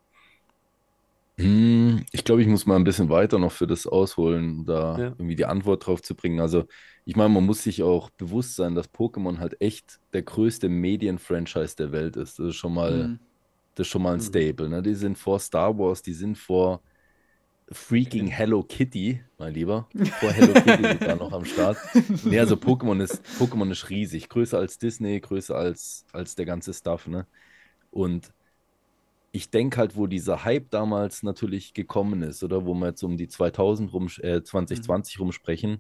Hm, Ich glaube, ich muss mal ein bisschen weiter noch für das ausholen, da
Ja.
irgendwie die Antwort drauf zu bringen. Also, ich meine, man muss sich auch bewusst sein, dass Pokémon halt echt der größte Medienfranchise der Welt ist. Das ist schon mal,
Hm.
das ist schon mal ein
Mhm.
Staple, ne? Die sind vor Star Wars, die sind vor freaking Hello Kitty, mein Lieber. Vor Hello Kitty sogar noch am Start. Nee, also Pokémon ist, Pokémon ist riesig. Größer als Disney, größer als, als der ganze Stuff, ne? Und ich denke halt, wo dieser Hype damals natürlich gekommen ist, oder wo wir jetzt um die zweitausend rum, äh,
Mhm.
zwanzig zwanzig rumsprechen,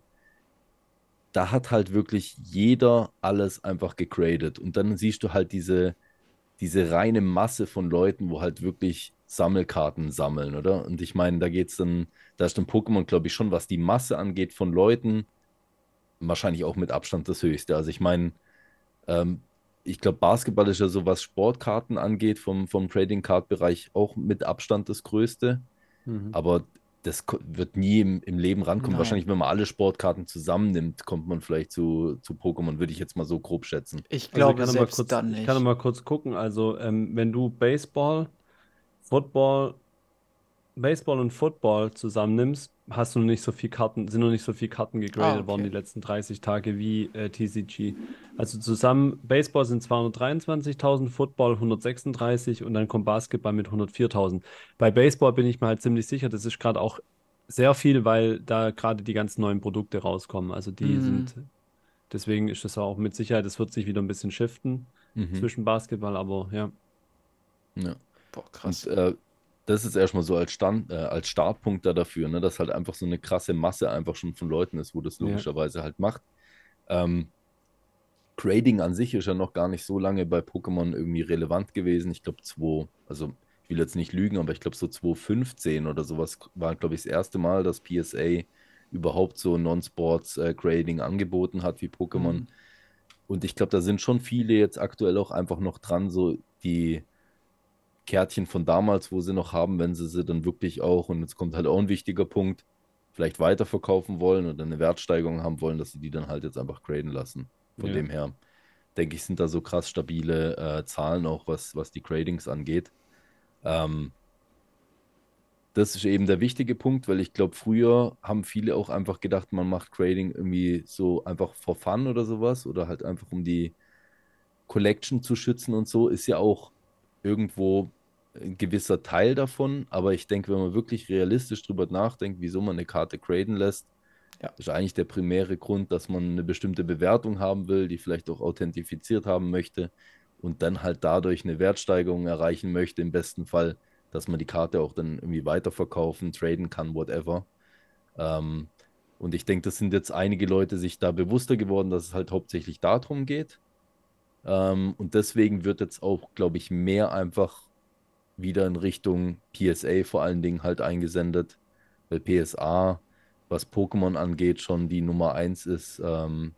da hat halt wirklich jeder alles einfach gegradet. Und dann siehst du halt diese, diese reine Masse von Leuten, wo halt wirklich Sammelkarten sammeln, oder? Und ich meine, da geht's dann, da ist dann Pokémon, glaube ich, schon, was die Masse angeht von Leuten, wahrscheinlich auch mit Abstand das Höchste. Also ich meine, ähm, ich glaube, Basketball ist ja so, was Sportkarten angeht, vom, vom Trading Card Bereich auch mit Abstand das Größte.
Mhm.
Aber das ko- wird nie im, im Leben rankommen.
Nein.
Wahrscheinlich, wenn man alle Sportkarten zusammennimmt, kommt man vielleicht zu, zu Pokémon, würde ich jetzt mal so grob schätzen.
Ich
Also ich
glaube
kann noch mal
selbst
kurz,
dann
ich kann noch
nicht.
mal kurz gucken. Also ähm, wenn du Baseball, Football Baseball und Football zusammennimmst, hast du noch nicht so viel Karten, sind noch nicht so viele Karten
Ah,
gegradet worden
okay.
die letzten dreißig Tage wie äh, T C G. Also zusammen, Baseball sind zweihundertdreiundzwanzigtausend, Football hundertsechsunddreißig und dann kommt Basketball mit hundertviertausend. Bei Baseball bin ich mir halt ziemlich sicher, das ist gerade auch sehr viel, weil da gerade die ganzen neuen Produkte rauskommen. Also die
Hm.
sind, deswegen ist das auch mit Sicherheit, es wird sich wieder ein bisschen shiften
Mhm.
zwischen Basketball, aber ja.
Ja.
Boah,
Und
krass.
äh, das ist erstmal so als, Stand, äh, als Startpunkt da dafür, ne, dass halt einfach so eine krasse Masse einfach schon von Leuten ist, wo das
Ja.
logischerweise halt macht. Ähm, Grading an sich ist ja noch gar nicht so lange bei Pokémon irgendwie relevant gewesen. Ich glaube, zwei, also ich will jetzt nicht lügen, aber ich glaube, so zwanzig fünfzehn oder sowas war, glaube ich, das erste Mal, dass P S A überhaupt so Non-Sports äh, Grading angeboten hat wie Pokémon.
Hm.
Und ich glaube, da sind schon viele jetzt aktuell auch einfach noch dran, so die Kärtchen von damals, wo sie noch haben, wenn sie sie dann wirklich auch, und jetzt kommt halt auch ein wichtiger Punkt, vielleicht weiterverkaufen wollen oder eine Wertsteigerung haben wollen, dass sie die dann halt jetzt einfach graden lassen. Von
Ja.
dem her, denke ich, sind da so krass stabile äh, Zahlen auch, was, was die Gradings angeht. Ähm, das ist eben der wichtige Punkt, weil ich glaube, früher haben viele auch einfach gedacht, man macht Grading irgendwie so einfach for fun oder sowas oder halt einfach um die Collection zu schützen und so, ist ja auch irgendwo ein gewisser Teil davon. Aber ich denke, wenn man wirklich realistisch drüber nachdenkt, wieso man eine Karte graden lässt,
Ja.
ist eigentlich der primäre Grund, dass man eine bestimmte Bewertung haben will, die vielleicht auch authentifiziert haben möchte und dann halt dadurch eine Wertsteigerung erreichen möchte, im besten Fall, dass man die Karte auch dann irgendwie weiterverkaufen, traden kann, whatever. Ähm, und ich denke, das sind jetzt einige Leute sich da bewusster geworden, dass es halt hauptsächlich darum geht. Ähm, und deswegen wird jetzt auch, glaube ich, mehr einfach wieder in Richtung P S A vor allen Dingen halt eingesendet, weil P S A, was Pokémon angeht, schon die Nummer eins ist, ähm,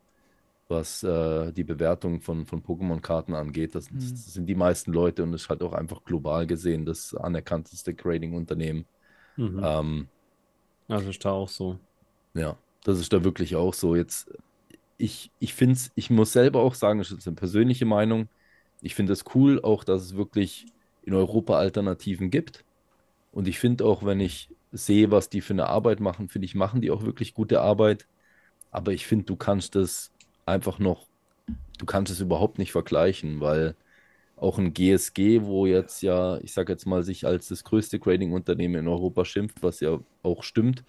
was äh, die Bewertung von, von Pokémon-Karten angeht. Das, sind-
Hm.
das sind die meisten Leute und ist halt auch einfach global gesehen das anerkannteste Grading-Unternehmen.
Mhm.
Ähm,
Also ist da auch so.
ja, das ist da wirklich auch so. Jetzt, ich, ich finde es, ich muss selber auch sagen, das ist jetzt eine persönliche Meinung. Ich finde es cool, auch dass es wirklich in Europa Alternativen gibt. Und ich finde auch, wenn ich sehe, was die für eine Arbeit machen, finde ich, machen die auch wirklich gute Arbeit. Aber ich finde, du kannst das einfach noch, du kannst es überhaupt nicht vergleichen, weil auch ein G S G, wo jetzt ja, ich sage jetzt mal, sich als das größte Grading-Unternehmen in Europa schimpft, was ja auch stimmt,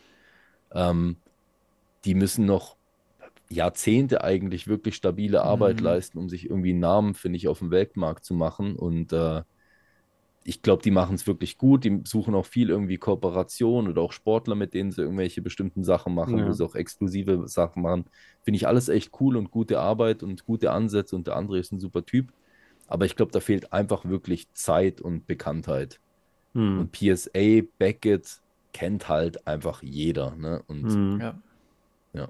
ähm, die müssen noch Jahrzehnte eigentlich wirklich stabile Arbeit
Hm.
leisten, um sich irgendwie einen Namen, finde ich, auf dem Weltmarkt zu machen. Und äh, ich glaube, die machen es wirklich gut. Die suchen auch viel irgendwie Kooperation oder auch Sportler, mit denen sie irgendwelche bestimmten Sachen machen, wo
Ja.
sie auch exklusive Sachen machen. Finde ich alles echt cool und gute Arbeit und gute Ansätze. Und der andere ist ein super Typ. Aber ich glaube, da fehlt einfach wirklich Zeit und Bekanntheit.
Hm.
Und P S A, Beckett kennt halt einfach jeder. Ne? Und
Hm.
Ja.
ja,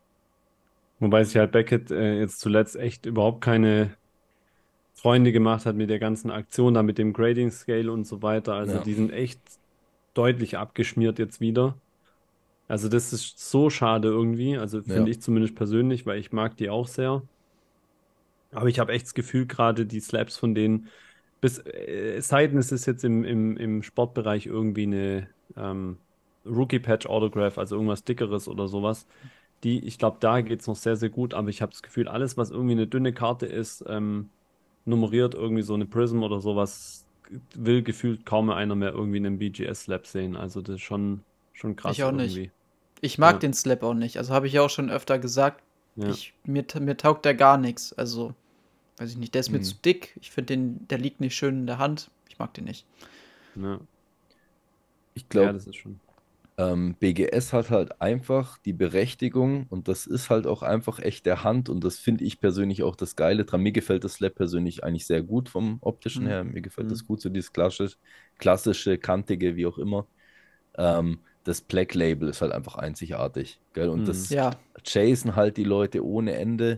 Wobei sich halt Beckett äh, jetzt zuletzt echt überhaupt keine Freunde gemacht hat mit der ganzen Aktion, da mit dem Grading Scale und so weiter. Also
ja,
die sind echt deutlich abgeschmiert jetzt wieder. Also das ist so schade irgendwie. Also
ja,
finde ich zumindest persönlich, weil ich mag die auch sehr. Aber ich habe echt das Gefühl, gerade die Slaps von denen, bis, äh, es sei denn, es ist jetzt im, im, im Sportbereich irgendwie eine ähm, Rookie-Patch Autograph, also irgendwas Dickeres oder sowas. Die, ich glaube, da geht es noch sehr, sehr gut, aber ich habe das Gefühl, alles, was irgendwie eine dünne Karte ist, ähm, nummeriert, irgendwie so eine Prism oder sowas, will gefühlt kaum mehr einer mehr irgendwie in einem B G S-Slab sehen. Also das ist schon, schon
Ich
krass
auch nicht.
irgendwie.
Ich mag
Ja,
den Slap auch nicht. Also habe ich ja auch schon öfter gesagt.
ja,
Ich, mir, mir taugt der gar nichts. Also, weiß ich nicht, der ist mir zu
hm.
dick. Ich finde den, der liegt nicht schön in der Hand. Ich mag den nicht.
ja.
Ich
Ja,
glaube,
das ist schon.
Ähm, B G S hat halt einfach die Berechtigung und das ist halt auch einfach echt der Hand und das finde ich persönlich auch das Geile dran. Mir gefällt das Slab persönlich eigentlich sehr gut vom optischen
Hm.
her. Mir gefällt
Hm.
das gut, so dieses klassische, klassische, kantige, wie auch immer. Ähm, das Black Label ist halt einfach einzigartig, gell? Und
Hm.
das
Ja,
chasen halt die Leute ohne Ende.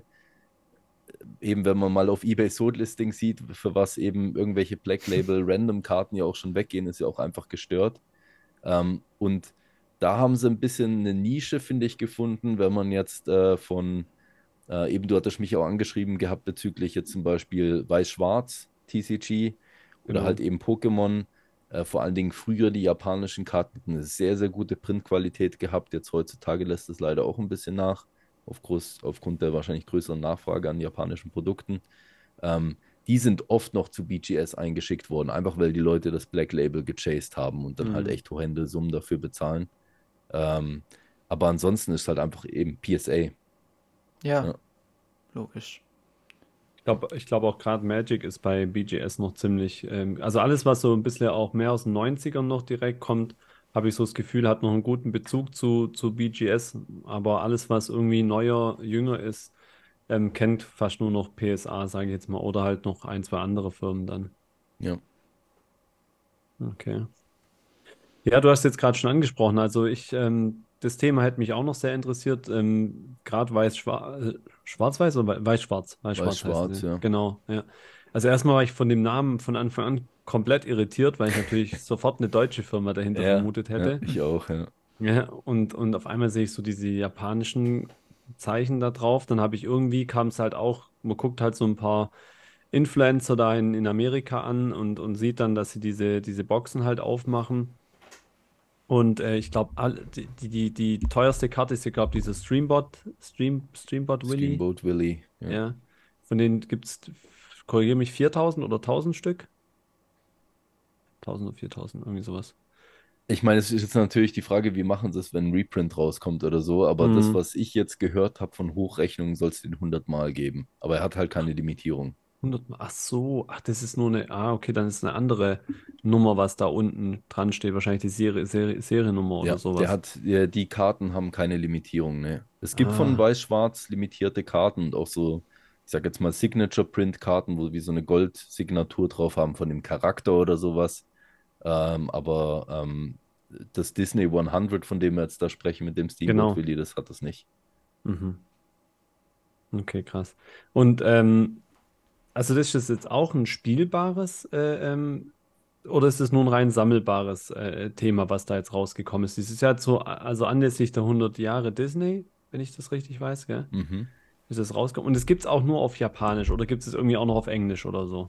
Eben wenn man mal auf eBay Sold Listing sieht, für was eben irgendwelche Black Label Random Karten ja auch schon weggehen, ist ja auch einfach gestört. Ähm, und da haben sie ein bisschen eine Nische, finde ich, gefunden, wenn man jetzt äh, von, äh, eben du hattest mich auch angeschrieben gehabt bezüglich jetzt zum Beispiel Weiß-Schwarz, T C G oder halt
Genau.
eben Pokémon. Äh, vor allen Dingen früher die japanischen Karten hatten eine sehr, sehr gute Printqualität gehabt. Jetzt heutzutage lässt es leider auch ein bisschen nach, auf groß, aufgrund der wahrscheinlich größeren Nachfrage an japanischen Produkten. Ähm, die sind oft noch zu B G S eingeschickt worden, einfach weil die Leute das Black Label gechased haben und dann halt
Hm.
echt horrende Summen dafür bezahlen. Ähm, aber ansonsten ist halt einfach eben P S A.
ja,
Ja,
logisch.
Ich glaube, ich glaube auch gerade Magic ist bei B G S noch ziemlich, ähm, also alles, was so ein bisschen auch mehr aus den Neunzigern noch direkt kommt, habe ich so das Gefühl, hat noch einen guten Bezug zu, zu B G S. Aber alles, was irgendwie neuer, jünger ist, ähm, kennt fast nur noch P S A, sage ich jetzt mal, oder halt noch ein, zwei andere Firmen dann.
ja.
Okay. Ja, du hast jetzt gerade schon angesprochen, also ich, ähm, das Thema hätte mich auch noch sehr interessiert, ähm, gerade weiß-schwarz, äh, schwarz-weiß oder wei- weiß-schwarz? Weiß-schwarz heißen
Weiß-Schwarz,
sie,
ja.
genau, ja. Also erstmal war ich von dem Namen von Anfang an komplett irritiert, weil ich natürlich sofort eine deutsche Firma dahinter
Ja,
vermutet
ja,
hätte.
ich auch, ja.
Ja, und, und auf einmal sehe ich so diese japanischen Zeichen da drauf, dann habe ich irgendwie, kam es halt auch, man guckt halt so ein paar Influencer da in, in Amerika an und, und sieht dann, dass sie diese, diese Boxen halt aufmachen. Und äh, ich glaube, die, die, die, die teuerste Karte ist ja, glaube ich, diese Streambot, Stream, Streambot Willy.
Steamboat Willie, ja.
Ja. Von denen gibt es, korrigiere mich, viertausend oder tausend Stück? tausend oder viertausend, irgendwie sowas.
Ich meine, es ist jetzt natürlich die Frage, wie machen sie es, wenn ein Reprint rauskommt oder so, aber das,
Hm.
was ich jetzt gehört habe von Hochrechnungen, soll es den hundert Mal geben. Aber er hat halt keine Limitierung.
hundert Mal. Ach so, ach, das ist nur eine. Ah, okay, dann ist eine andere Nummer, was da unten dran steht. Wahrscheinlich die Serie, Serie, Seriennummer oder
Ja, der
sowas.
hat, ja, die Karten haben keine Limitierung, ne. Es gibt von
Ah,
Weiß-Schwarz limitierte Karten und auch so, ich sag jetzt mal Signature-Print-Karten, wo wir so eine Gold-Signatur drauf haben von dem Charakter oder sowas. Ähm, aber ähm, das Disney hundert, von dem wir jetzt da sprechen, mit dem Steamboat
genau.
Willie, das hat es nicht.
Mhm. Okay, krass. Und ähm, also das ist jetzt auch ein spielbares äh, ähm, oder ist es nur ein rein sammelbares äh, Thema, was da jetzt rausgekommen ist? Dieses Jahr so, also anlässlich der hundert Jahre Disney, wenn ich das richtig weiß, gell?
Mhm.
Ist es rausgekommen? Und es gibt es auch nur auf Japanisch oder gibt es irgendwie auch noch auf Englisch oder so?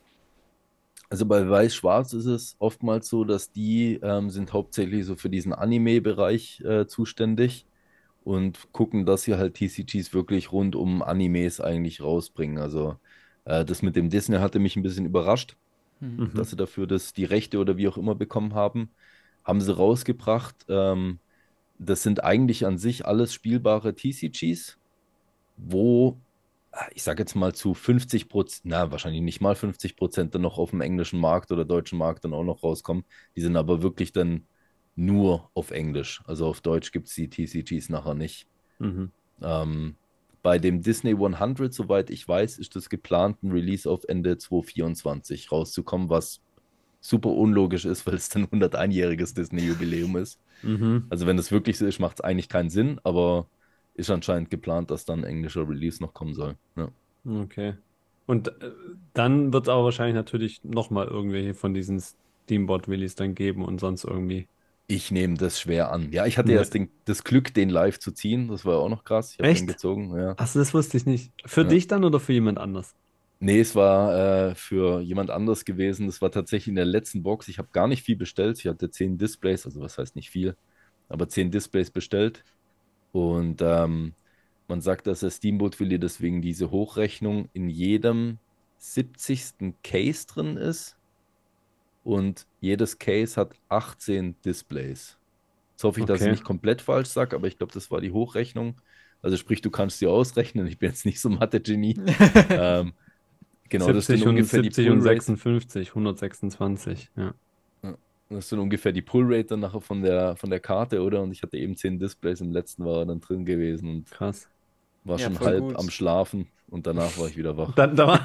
Also bei Weiß-Schwarz ist es oftmals so, dass die ähm, sind hauptsächlich so für diesen Anime-Bereich äh, zuständig und gucken, dass sie halt T C Gs wirklich rund um Animes eigentlich rausbringen. Also äh, das mit dem Disney hatte mich ein bisschen überrascht,
Mhm.
dass
Mhm.
sie dafür das, die Rechte oder wie auch immer bekommen haben. Haben sie rausgebracht. Ähm, das sind eigentlich an sich alles spielbare T C Gs, wo ah, ich sage jetzt mal zu fünfzig Prozent, na, wahrscheinlich nicht mal fünfzig Prozent dann noch auf dem englischen Markt oder deutschen Markt dann auch noch rauskommen. Die sind aber wirklich dann nur auf Englisch. Also auf Deutsch gibt es die T C Gs nachher nicht.
Mhm.
Ähm, bei dem Disney hundert, soweit ich weiß, ist das geplant, ein Release auf Ende zwanzig vierundzwanzig rauszukommen, was super unlogisch ist, weil es dann hunderteinjähriges Disney-Jubiläum ist.
Mhm.
Also wenn das wirklich so ist, macht es eigentlich keinen Sinn, aber ist anscheinend geplant, dass dann ein englischer Release noch kommen soll. Ja.
Okay. Und äh, dann wird es aber wahrscheinlich natürlich nochmal irgendwelche von diesen Steamboat-Willis dann geben und sonst irgendwie.
Ich nehme das schwer an. Ja, ich hatte
Ja.
erst den, das Glück, den live zu ziehen. Das war ja auch noch krass. Ich habe den
Echt?
gezogen. Ja.
Achso, das wusste ich nicht. Für
Ja.
dich dann oder für jemand anders?
Nee, es war äh, für jemand anderes gewesen. Das war tatsächlich in der letzten Box. Ich habe gar nicht viel bestellt. Ich hatte zehn Displays, also was heißt nicht viel, aber zehn Displays bestellt. Und ähm, man sagt, dass der Steamboat Willie deswegen diese Hochrechnung in jedem siebzigsten Case drin ist. Und jedes Case hat achtzehn Displays. Jetzt hoffe ich, dass ich
Okay.
nicht komplett falsch sage, aber ich glaube, das war die Hochrechnung. Also sprich, du kannst dir ausrechnen. Ich bin jetzt nicht so ein Mathe-Genie. Ähm, genau, das ist dann
siebzig und
ungefähr die
siebzig und
Pull-Rate.
sechsundfünfzig, hundertsechsundzwanzig. Ja,
Ja, das ist dann ungefähr die Pull-Rate dann nachher von der, von der Karte, oder? Und ich hatte eben zehn Displays, im letzten war er dann drin gewesen und
krass.
war
Ja,
schon
voll
halb am
gut.
Schlafen und danach war ich wieder wach.
Dann, da war,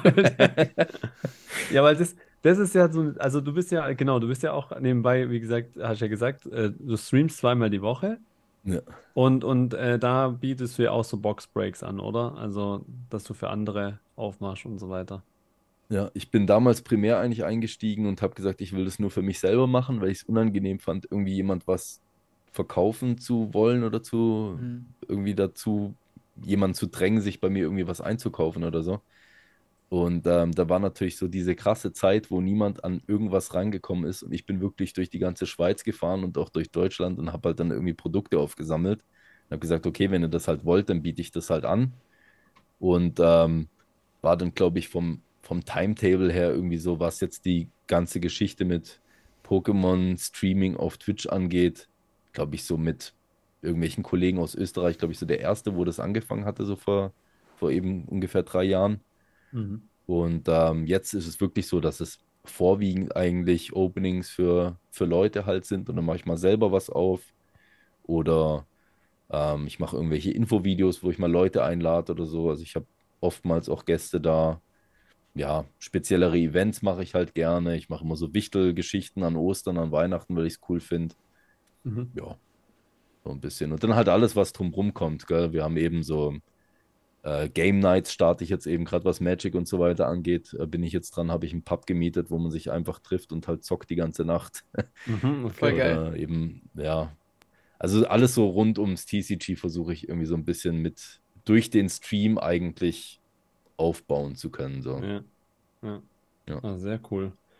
ja, weil das, das ist ja so, also du bist ja, genau, du bist ja auch nebenbei, wie gesagt, hast ja gesagt, äh, du streamst zweimal die Woche
Ja.
und, und äh, da bietest du ja auch so Box-Breaks an, oder? Also, dass du für andere aufmachst und so weiter.
Ja, ich bin damals primär eigentlich eingestiegen und habe gesagt, ich will das nur für mich selber machen, weil ich es unangenehm fand, irgendwie jemand was verkaufen zu wollen oder zu
Mhm.
irgendwie dazu, jemanden zu drängen, sich bei mir irgendwie was einzukaufen oder so. Und ähm, da war natürlich so diese krasse Zeit, wo niemand an irgendwas rangekommen ist. Und ich bin wirklich durch die ganze Schweiz gefahren und auch durch Deutschland und habe halt dann irgendwie Produkte aufgesammelt. Und habe gesagt, okay, wenn ihr das halt wollt, dann biete ich das halt an. Und ähm, war dann, glaube ich, vom, vom Timetable her irgendwie so, was jetzt die ganze Geschichte mit Pokémon-Streaming auf Twitch angeht, glaube ich, so mit irgendwelchen Kollegen aus Österreich, glaube ich, so der erste, wo das angefangen hatte, so vor, vor eben ungefähr drei Jahren.
Mhm.
Und ähm, jetzt ist es wirklich so, dass es vorwiegend eigentlich Openings für, für Leute halt sind. Und dann mache ich mal selber was auf. Oder ähm, ich mache irgendwelche Infovideos, wo ich mal Leute einlade oder so. Also ich habe oftmals auch Gäste da. Ja, speziellere Events mache ich halt gerne. Ich mache immer so Wichtelgeschichten an Ostern, an Weihnachten, weil ich es cool finde.
Mhm.
Ja, so ein bisschen. Und dann halt alles, was drumrum kommt, gell? Wir haben eben so äh, Game Nights starte ich jetzt eben gerade, was Magic und so weiter angeht. Äh, bin ich jetzt dran, habe ich einen Pub gemietet, wo man sich einfach trifft und halt zockt die ganze Nacht.
Mhm,
Voll
okay.
geil.
Oder eben, ja, also alles so rund ums T C G versuche ich irgendwie so ein bisschen mit durch den Stream eigentlich aufbauen zu können. So.
Ja, ja.
Ja.
Ah, sehr cool.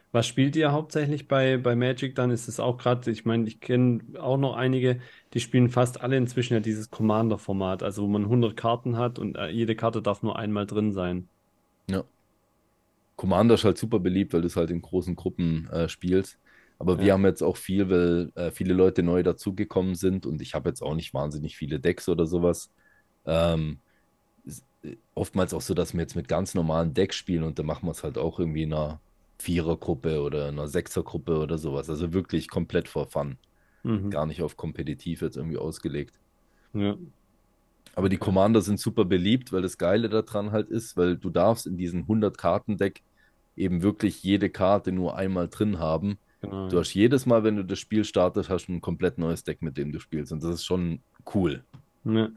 Was spielt ihr hauptsächlich bei, bei Magic dann? Ist es auch gerade, ich meine, ich kenne auch noch einige, die spielen fast alle inzwischen ja dieses Commander-Format, also wo man hundert Karten hat und äh, jede Karte darf nur einmal drin sein.
Ja. Commander ist halt super beliebt, weil du es halt in großen Gruppen äh, spielst. Aber wir
Ja,
haben jetzt auch viel, weil äh, viele Leute neu dazugekommen sind und ich habe jetzt auch nicht wahnsinnig viele Decks oder sowas. Ähm, ist, äh, oftmals auch so, dass wir jetzt mit ganz normalen Decks spielen und dann machen wir es halt auch irgendwie in einer Vierergruppe oder einer Sechsergruppe oder sowas. Also wirklich komplett for fun.
mhm.
Gar nicht auf kompetitiv jetzt irgendwie ausgelegt.
Ja,
Aber die
okay.
Commander sind super beliebt, weil das Geile daran halt ist, weil du darfst in diesem hundert-Karten-Deck eben wirklich jede Karte nur einmal drin haben.
Genau,
Du
ja.
hast jedes Mal, wenn du das Spiel startest, hast du ein komplett neues Deck, mit dem du spielst. Und das ist schon cool.
Ja.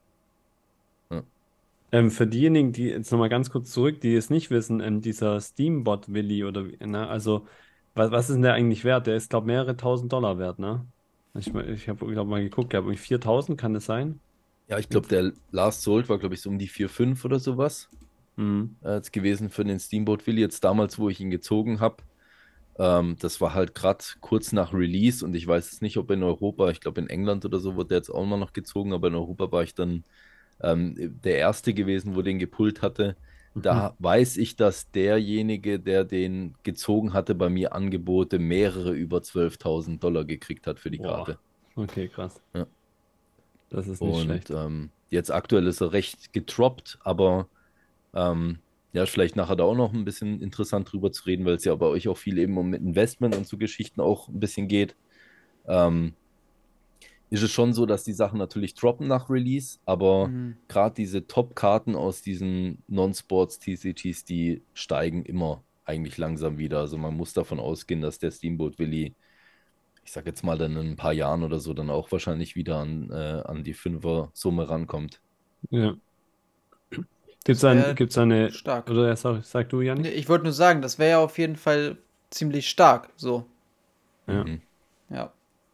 Ja,
Ähm, für diejenigen, die jetzt nochmal ganz kurz zurück, die es nicht wissen, ähm, dieser Steambot Willi oder wie, ne, also was, was ist denn der eigentlich wert? Der ist, glaube ich, mehrere tausend Dollar wert, ne? Ich, mein- ich habe, glaube mal geguckt, gehabt, irgendwie viertausend kann das sein?
ja ich glaube, der Last Sold war, glaube ich, so um die vier Komma fünf oder sowas
Mhm.
äh, jetzt gewesen für den Steamboat Willie. Jetzt damals, wo ich ihn gezogen habe. Ähm, das war halt gerade kurz nach Release und ich weiß jetzt nicht, ob in Europa, ich glaube in England oder so, wurde der jetzt auch mal noch gezogen, aber in Europa war ich dann ähm, der Erste gewesen, wo den gepullt hatte.
Mhm.
Da weiß ich, dass derjenige, der den gezogen hatte, bei mir Angebote mehrere über zwölftausend Dollar gekriegt hat für die
Boah,
Karte.
okay, krass.
Ja.
Das ist nicht
Und
schlecht.
ähm, jetzt aktuell ist er recht getroppt, aber ähm, ja, ist vielleicht nachher da auch noch ein bisschen interessant drüber zu reden, weil es ja bei euch auch viel eben um Investment und so Geschichten auch ein bisschen geht. Ähm, ist es schon so, dass die Sachen natürlich droppen nach Release, aber
Mhm.
gerade diese Top-Karten aus diesen Non-Sports-T C Gs, die steigen immer eigentlich langsam wieder. Also man muss davon ausgehen, dass der Steamboat Willie, ich sag jetzt mal dann in ein paar Jahren oder so, dann auch wahrscheinlich wieder an, äh, an die Fünfer-Summe rankommt.
Ja. Gibt's
Das
ein,
wäre
gibt's eine,
stark.
oder ja, sag, sag du,
Nee,
Janik?
ich wollte nur sagen, das wäre ja auf jeden Fall ziemlich stark. So,
Ja.
Mhm.
ja.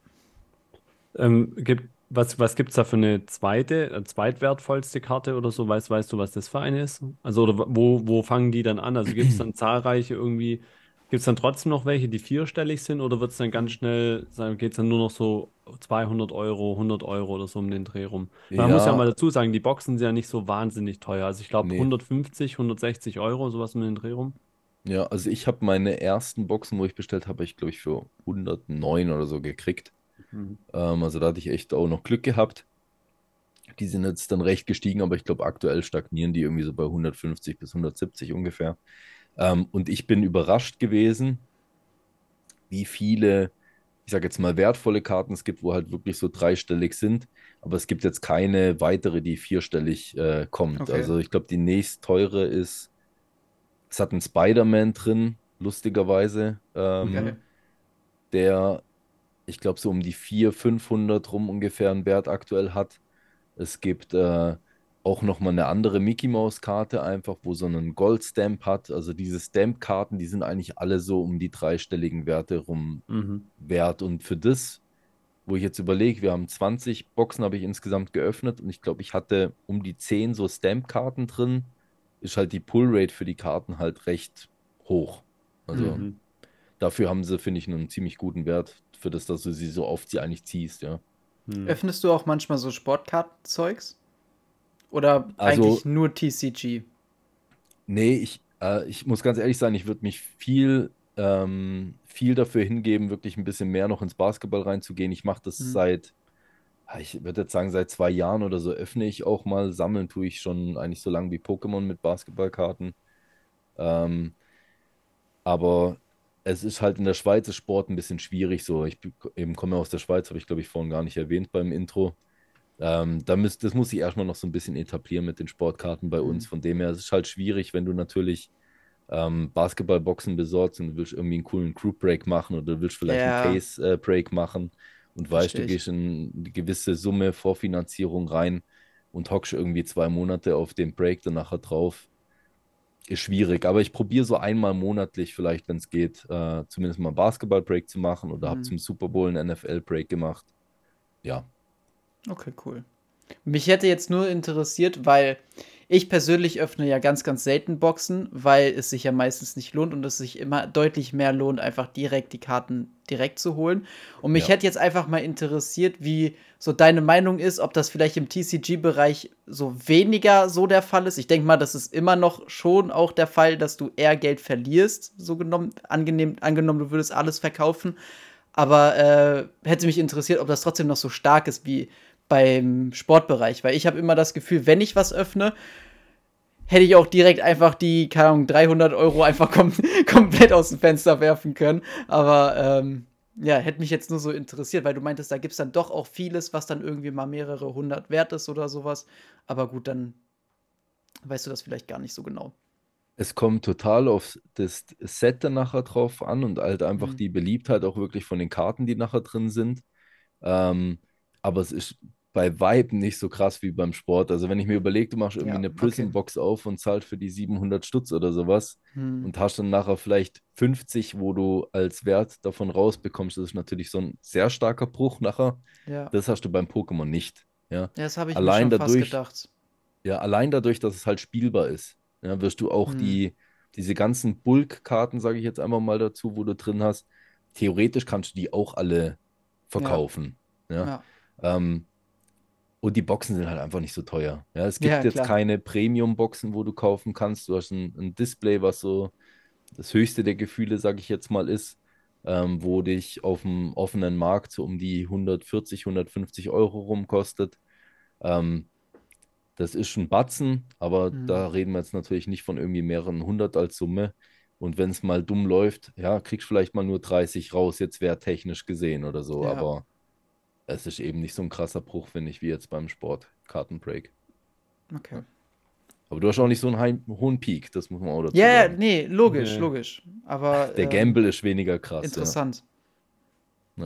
Ähm, gibt, was, was gibt's da für eine zweite, äh, zweitwertvollste Karte oder so? Weißt, weißt du, was das für eine ist? Also, oder wo, wo fangen die dann an? Also gibt es dann zahlreiche irgendwie, gibt es dann trotzdem noch welche, die vierstellig sind oder wird es dann ganz schnell, geht es dann nur noch so zweihundert Euro, hundert Euro oder so um den Dreh rum? Man muss ja
Ja,
mal dazu sagen, die Boxen sind ja nicht so wahnsinnig teuer. Also ich glaube
nee.
hundertfünfzig, hundertsechzig Euro, sowas um den Dreh rum.
Ja, also ich habe meine ersten Boxen, wo ich bestellt habe, ich glaube ich für hundertneun oder so gekriegt.
Mhm.
Ähm, also da hatte ich echt auch noch Glück gehabt. Die sind jetzt dann recht gestiegen, aber ich glaube, aktuell stagnieren die irgendwie so bei hundertfünfzig bis hundertsiebzig ungefähr. Ähm, und ich bin überrascht gewesen, wie viele, ich sage jetzt mal, wertvolle Karten es gibt, wo halt wirklich so dreistellig sind. Aber es gibt jetzt keine weitere, die vierstellig äh, kommt.
Okay.
Also ich glaube, die nächst teure ist, es hat einen Spider-Man drin, lustigerweise, ähm,
Okay.
Mhm.
der, ich glaube, so um die vierhundert, fünfhundert rum ungefähr einen Wert aktuell hat. Es gibt äh, auch nochmal eine andere Mickey Mouse Karte, einfach, wo so einen Goldstamp hat. Also diese Stamp-Karten, die sind eigentlich alle so um die dreistelligen Werte rum
Mhm.
wert. Und für das, wo ich jetzt überlege, wir haben zwanzig Boxen, habe ich insgesamt geöffnet und ich glaube, ich hatte um die zehn so Stamp-Karten drin, ist halt die Pull-Rate für die Karten halt recht hoch. Also
Mhm.
dafür haben sie, finde ich, einen ziemlich guten Wert, für das, dass du sie so oft sie eigentlich ziehst, ja.
Mhm.
Öffnest du auch manchmal so Sportkartenzeugs? Oder eigentlich
Also
nur T C G?
nee, ich, äh, ich muss ganz ehrlich sein, ich würde mich viel, ähm, viel dafür hingeben, wirklich ein bisschen mehr noch ins Basketball reinzugehen. Ich mache das
Hm.
seit, ah, ich würde jetzt sagen, seit zwei Jahren oder so öffne ich auch mal. Sammeln tue ich schon eigentlich so lange wie Pokémon mit Basketballkarten. Ähm, aber es ist halt in der Schweiz ist Sport ein bisschen schwierig so. Ich b- eben komme aus der Schweiz, habe ich glaube ich vorhin gar nicht erwähnt beim Intro. Ähm, da müsst, das muss ich erstmal noch so ein bisschen etablieren mit den Sportkarten bei
Hm.
uns. Von dem her, es ist halt schwierig, wenn du natürlich ähm, Basketballboxen besorgst und du willst irgendwie einen coolen Group Break machen oder du willst vielleicht einen
Ja,
Case äh, Break machen und weißt, du
verstehe ich.
gehst in eine gewisse Summe Vorfinanzierung rein und hockst irgendwie zwei Monate auf den Break dann nachher drauf. Ist schwierig, aber ich probiere so einmal monatlich vielleicht, wenn es geht, äh, zumindest mal einen Basketball-Break zu machen oder habe
Hm.
zum Super Bowl einen N F L-Break gemacht. Ja.
Okay, cool. Mich hätte jetzt nur interessiert, weil ich persönlich öffne ja ganz, ganz selten Boxen, weil es sich ja meistens nicht lohnt und es sich immer deutlich mehr lohnt, einfach direkt die Karten direkt zu holen. Und mich
Ja.
hätte jetzt einfach mal interessiert, wie so deine Meinung ist, ob das vielleicht im T C G-Bereich so weniger so der Fall ist. Ich denke mal, das ist immer noch schon auch der Fall, dass du eher Geld verlierst, so genommen, angenehm, angenommen, du würdest alles verkaufen. Aber äh, hätte mich interessiert, ob das trotzdem noch so stark ist wie beim Sportbereich. Weil ich habe immer das Gefühl, wenn ich was öffne, hätte ich auch direkt einfach die, keine Ahnung, dreihundert Euro einfach kom komplett aus dem Fenster werfen können. Aber ähm, ja, hätte mich jetzt nur so interessiert, weil du meintest, da gibt es dann doch auch vieles, was dann irgendwie mal mehrere hundert wert ist oder sowas. Aber gut, dann weißt du das vielleicht gar nicht so genau.
Es kommt total auf das Set dann nachher drauf an und halt einfach
Hm.
die Beliebtheit auch wirklich von den Karten, die nachher drin sind. Ähm, aber es ist bei Vibe nicht so krass wie beim Sport. Also wenn ich mir überlege, du machst irgendwie
Ja,
eine
okay.
Prism-Box auf und zahlst für die siebenhundert Stutz oder sowas
Hm.
und hast dann nachher vielleicht fünfzig, wo du als Wert davon rausbekommst, das ist natürlich so ein sehr starker Bruch nachher.
Ja.
Das hast du beim Pokémon nicht. Ja.
Ja, das habe ich mir
Allein
schon fast
dadurch,
gedacht.
ja, allein dadurch, dass es halt spielbar ist, ja, wirst du auch
Hm.
die, diese ganzen Bulk-Karten, sage ich jetzt einmal mal dazu, wo du drin hast, theoretisch kannst du die auch alle
Ja,
verkaufen. Ja.
ja.
Ähm, und die Boxen sind halt einfach nicht so teuer. Ja, es gibt
Ja,
jetzt
klar.
keine Premium-Boxen, wo du kaufen kannst. Du hast ein, ein Display, was so das höchste der Gefühle, sage ich jetzt mal, ist, ähm, wo dich auf dem offenen Markt so um die hundertvierzig, hundertfünfzig Euro rum kostet. Ähm, Das ist schon Batzen, aber
Hm.
da reden wir jetzt natürlich nicht von irgendwie mehreren hundert als Summe. Und wenn es mal dumm läuft, ja, kriegst vielleicht mal nur dreißig raus, jetzt werttechnisch gesehen oder so.
Ja,
Aber es ist eben nicht so ein krasser Bruch, finde ich, wie jetzt beim Sport Kartenbreak.
okay.
Ja. Aber du hast auch nicht so einen hei- hohen Peak, das muss man auch dazu
Ja, ja,
sagen.
nee, logisch,
Nee.
logisch. Aber
Der
ähm,
Gamble ist weniger krass, ja.
interessant.
Ja.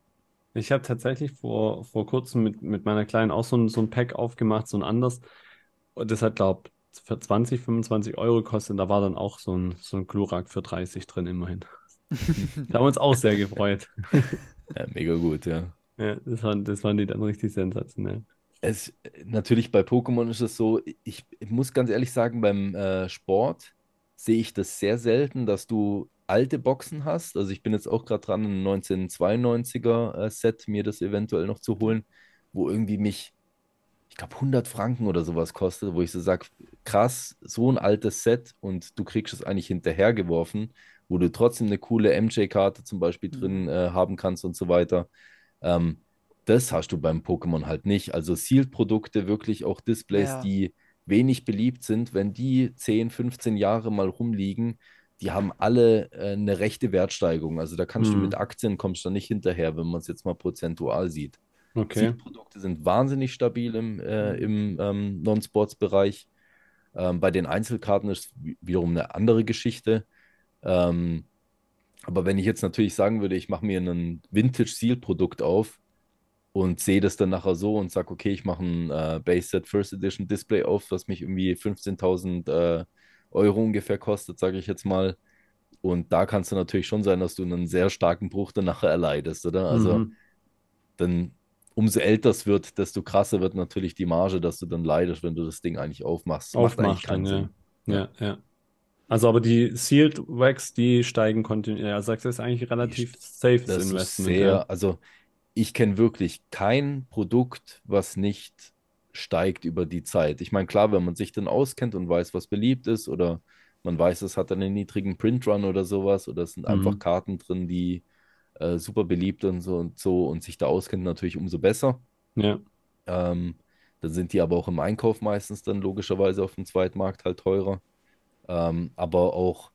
Ich habe tatsächlich vor, vor kurzem mit, mit meiner Kleinen auch so ein, so ein Pack aufgemacht, so ein anderes. Und das hat, glaube ich, für zwanzig, fünfundzwanzig Euro gekostet. Da war dann auch so ein, so ein Glurak für dreißig drin, immerhin. Da haben wir uns auch sehr gefreut.
Ja, mega gut, ja.
Ja, das waren, das waren die dann richtig sensationell.
Es, natürlich bei Pokémon ist es so, ich, ich muss ganz ehrlich sagen, beim äh, Sport sehe ich das sehr selten, dass du alte Boxen hast. Also ich bin jetzt auch gerade dran, ein neunzehnhundertzweiundneunziger äh, Set mir das eventuell noch zu holen, wo irgendwie mich, ich glaube, hundert Franken oder sowas kostet, wo ich so sage, krass, so ein altes Set und du kriegst es eigentlich hinterhergeworfen, wo du trotzdem eine coole M J-Karte zum Beispiel
Hm.
drin äh, haben kannst und so weiter. Ähm, Das hast du beim Pokémon halt nicht. Also Sealed-Produkte, wirklich auch Displays,
Ja,
die wenig beliebt sind, wenn die zehn, fünfzehn Jahre mal rumliegen, die haben alle äh, eine rechte Wertsteigerung. Also da kannst du mit
Hm,
Aktien kommst du da nicht hinterher, wenn man es jetzt mal prozentual sieht.
okay.
Sealed-Produkte sind wahnsinnig stabil im, äh,
hm.
im ähm, Non-Sports-Bereich. Ähm, bei den Einzelkarten ist wi- wiederum eine andere Geschichte. Ähm, aber wenn ich jetzt natürlich sagen würde, ich mache mir ein Vintage-Seal-Produkt auf, und sehe das dann nachher so und sage, okay, ich mache ein äh, Base Set First Edition Display auf, was mich irgendwie fünfzehntausend äh, Euro ungefähr kostet, sage ich jetzt mal. Und da kann es dann natürlich schon sein, dass du einen sehr starken Bruch dann nachher erleidest, oder? Also
Mhm.
dann, umso älter es wird, desto krasser wird natürlich die Marge, dass du dann leidest, wenn du das Ding eigentlich aufmachst. Macht eigentlich
Aufmacht dann,
keinen
ja.
Sinn. Ja.
Ja, ja. Also aber die Sealed Wax, die steigen kontinuierlich. Also sagst du, das ist eigentlich
Die,
relativ
st-
safes
Das ist
Investment, ja.
sehr, also ich kenne wirklich kein Produkt, was nicht steigt über die Zeit. Ich meine, klar, wenn man sich dann auskennt und weiß, was beliebt ist, oder man weiß, es hat einen niedrigen Printrun oder sowas, oder es sind einfach
Mhm.
Karten drin, die äh, super beliebt und so und so und sich da auskennt, natürlich umso besser.
Ja.
Ähm, Dann sind die aber auch im Einkauf meistens dann logischerweise auf dem Zweitmarkt halt teurer. Ähm, aber auch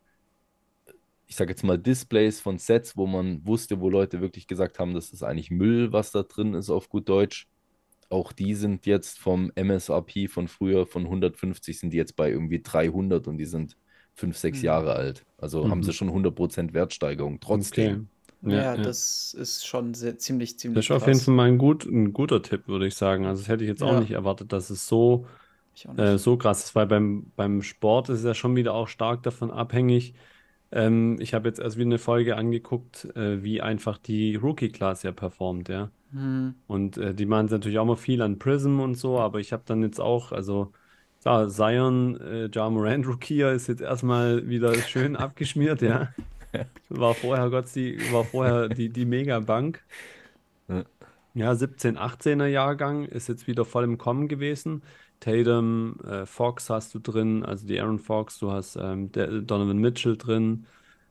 ich sage jetzt mal, Displays von Sets, wo man wusste, wo Leute wirklich gesagt haben, das ist eigentlich Müll, was da drin ist, auf gut Deutsch. Auch die sind jetzt vom M S R P von früher, von hundertfünfzig, sind die jetzt bei irgendwie dreihundert und die sind fünf, sechs
Hm.
Jahre alt. Also haben sie
Mhm.
schon hundert Prozent Wertsteigerung
Okay.
trotzdem.
Ja,
Ja,
ja.
das ist schon sehr, ziemlich,
Das
ziemlich
ist auf jeden
krass.
Fall mal ein, gut, ein guter Tipp, würde ich sagen. Also das hätte ich jetzt auch
Ja,
nicht erwartet, dass es so,
ich auch
äh,
nicht.
so krass ist, weil beim, beim Sport ist es ja schon wieder auch stark davon abhängig. Ähm, ich habe jetzt erst wieder eine Folge angeguckt, äh, wie einfach die Rookie-Class ja performt, ja.
Hm.
Und äh, die machen natürlich auch mal viel an Prism und so, aber ich habe dann jetzt auch, also klar, Zion, äh, Ja Morant Rookie ist jetzt erstmal wieder schön abgeschmiert, ja. War vorher Gott, die, war vorher die, die Megabank.
Ja,
Ja, siebzehn, achtzehner Jahrgang ist jetzt wieder voll im Kommen gewesen. Tatum, äh, Fox hast du drin, also die Aaron Fox, du hast ähm, der Donovan Mitchell drin.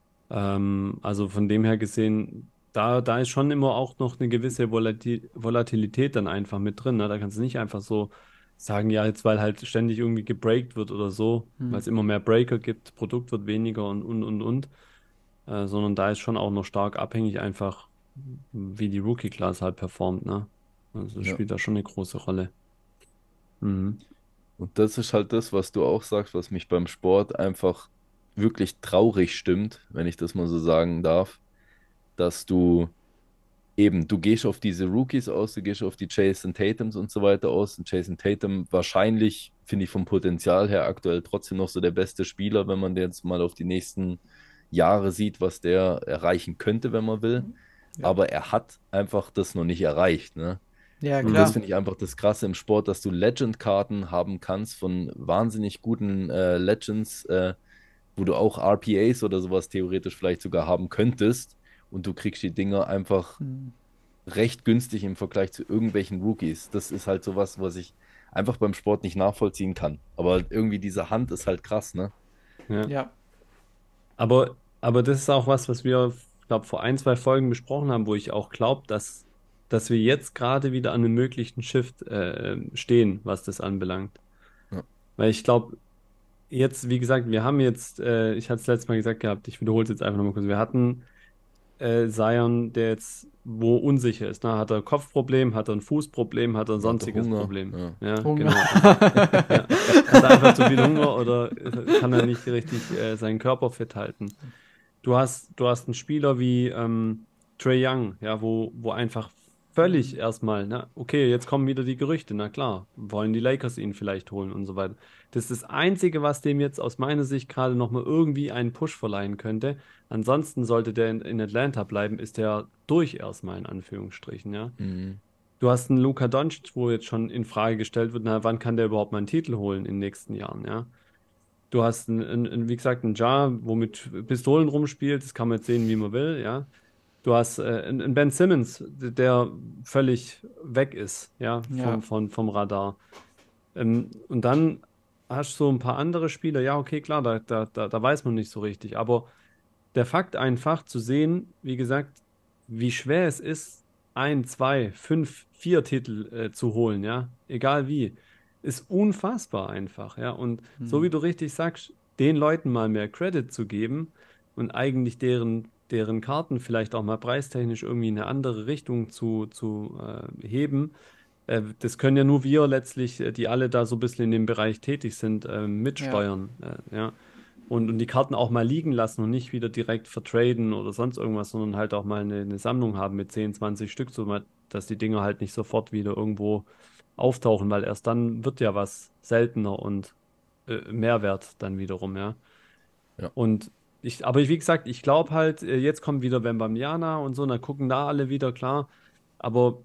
Ähm, also von dem her gesehen, da, da ist schon immer auch noch eine gewisse Volati Volatilität dann einfach mit drin. Ne? Da kannst du nicht einfach so sagen, ja, jetzt weil halt ständig irgendwie gebreakt wird oder so, weil
Hm.
es immer mehr Breaker gibt, Produkt wird weniger und und und und. Äh, sondern da ist schon auch noch stark abhängig einfach, wie die Rookie-Class halt performt, ne? Also das
ja.
spielt da schon eine große Rolle. Mhm.
Und das ist halt das, was du auch sagst, was mich beim Sport einfach wirklich traurig stimmt, wenn ich das mal so sagen darf, dass du eben, du gehst auf diese Rookies aus, du gehst auf die Jason Tatums und so weiter aus. Und Jason Tatum wahrscheinlich, finde ich vom Potenzial her aktuell trotzdem noch so der beste Spieler, wenn man jetzt mal auf die nächsten Jahre sieht, was der erreichen könnte, wenn man will.
Ja.
Aber er hat einfach das noch nicht erreicht, ne?
Ja,
Und das
Mhm.
klar.
finde ich einfach das Krasse im Sport, dass du Legend-Karten haben kannst von wahnsinnig guten äh, Legends, äh, wo du auch R P As oder sowas theoretisch vielleicht sogar haben könntest. Und du kriegst die Dinger einfach
Hm.
recht günstig im Vergleich zu irgendwelchen Rookies. Das ist halt sowas, was ich einfach beim Sport nicht nachvollziehen kann. Aber irgendwie diese Hand ist halt krass, ne?
Ja.
Ja.
Aber, aber das ist auch was, was wir, ich glaube, vor ein, zwei Folgen besprochen haben, wo ich auch glaube, dass, dass wir jetzt gerade wieder an einem möglichen Shift äh, stehen, was das anbelangt.
Ja,
Weil ich glaube, jetzt, wie gesagt, wir haben jetzt, äh, ich hatte es letztes Mal gesagt gehabt, ich wiederhole es jetzt einfach nochmal kurz, wir hatten äh, Zion, der jetzt wo unsicher ist. Ne? Hat er ein Kopfproblem, hat er ein Fußproblem, hat er ein
hat er
sonstiges
Hunger.
Problem.
Ja.
Ja,
Hunger.
genau. Also, ja. Hat er einfach zu viel Hunger oder äh, kann er nicht richtig äh, seinen Körper fit halten? Du hast, du hast einen Spieler wie ähm, Trae Young, ja, wo, wo einfach völlig
Hm.
erstmal, ne, okay, jetzt kommen wieder die Gerüchte, na klar, wollen die Lakers ihn vielleicht holen und so weiter. Das ist das Einzige, was dem jetzt aus meiner Sicht gerade nochmal irgendwie einen Push verleihen könnte. Ansonsten sollte der in, in Atlanta bleiben, ist der durch erstmal in Anführungsstrichen, ja.
Mhm.
Du hast einen Luka Doncic, wo jetzt schon in Frage gestellt wird, na, wann kann der überhaupt mal einen Titel holen in den nächsten Jahren, ja. Du hast, ein, ein, ein, wie gesagt, einen Ja, womit Pistolen rumspielt, das kann man jetzt sehen, wie man will, ja. Du hast äh, einen einen Ben Simmons, der völlig weg ist, ja, vom,
Ja.
vom, vom Radar. Ähm, und dann hast du so ein paar andere Spieler, ja, okay, klar, da, da, da, da weiß man nicht so richtig. Aber der Fakt einfach zu sehen, wie gesagt, wie schwer es ist, ein, zwei, fünf, vier Titel äh, zu holen, ja, egal wie, ist unfassbar einfach, ja. Und so
Hm.
wie du richtig sagst, den Leuten mal mehr Credit zu geben und eigentlich deren, deren Karten vielleicht auch mal preistechnisch irgendwie in eine andere Richtung zu, zu äh, heben, äh, das können ja nur wir letztlich, äh, die alle da so ein bisschen in dem Bereich tätig sind, äh,
Ja.
mitsteuern, äh, ja. Und, und die Karten auch mal liegen lassen und nicht wieder direkt vertraden oder sonst irgendwas, sondern halt auch mal eine, eine Sammlung haben mit zehn, zwanzig Stück, so mal, dass die Dinger halt nicht sofort wieder irgendwo auftauchen, weil erst dann wird ja was seltener und äh, Mehrwert dann wiederum, ja.
Ja.
Und ich, aber wie gesagt, ich glaube halt, äh, jetzt kommt wieder Wembanyama und so, und dann gucken da alle wieder, klar. Aber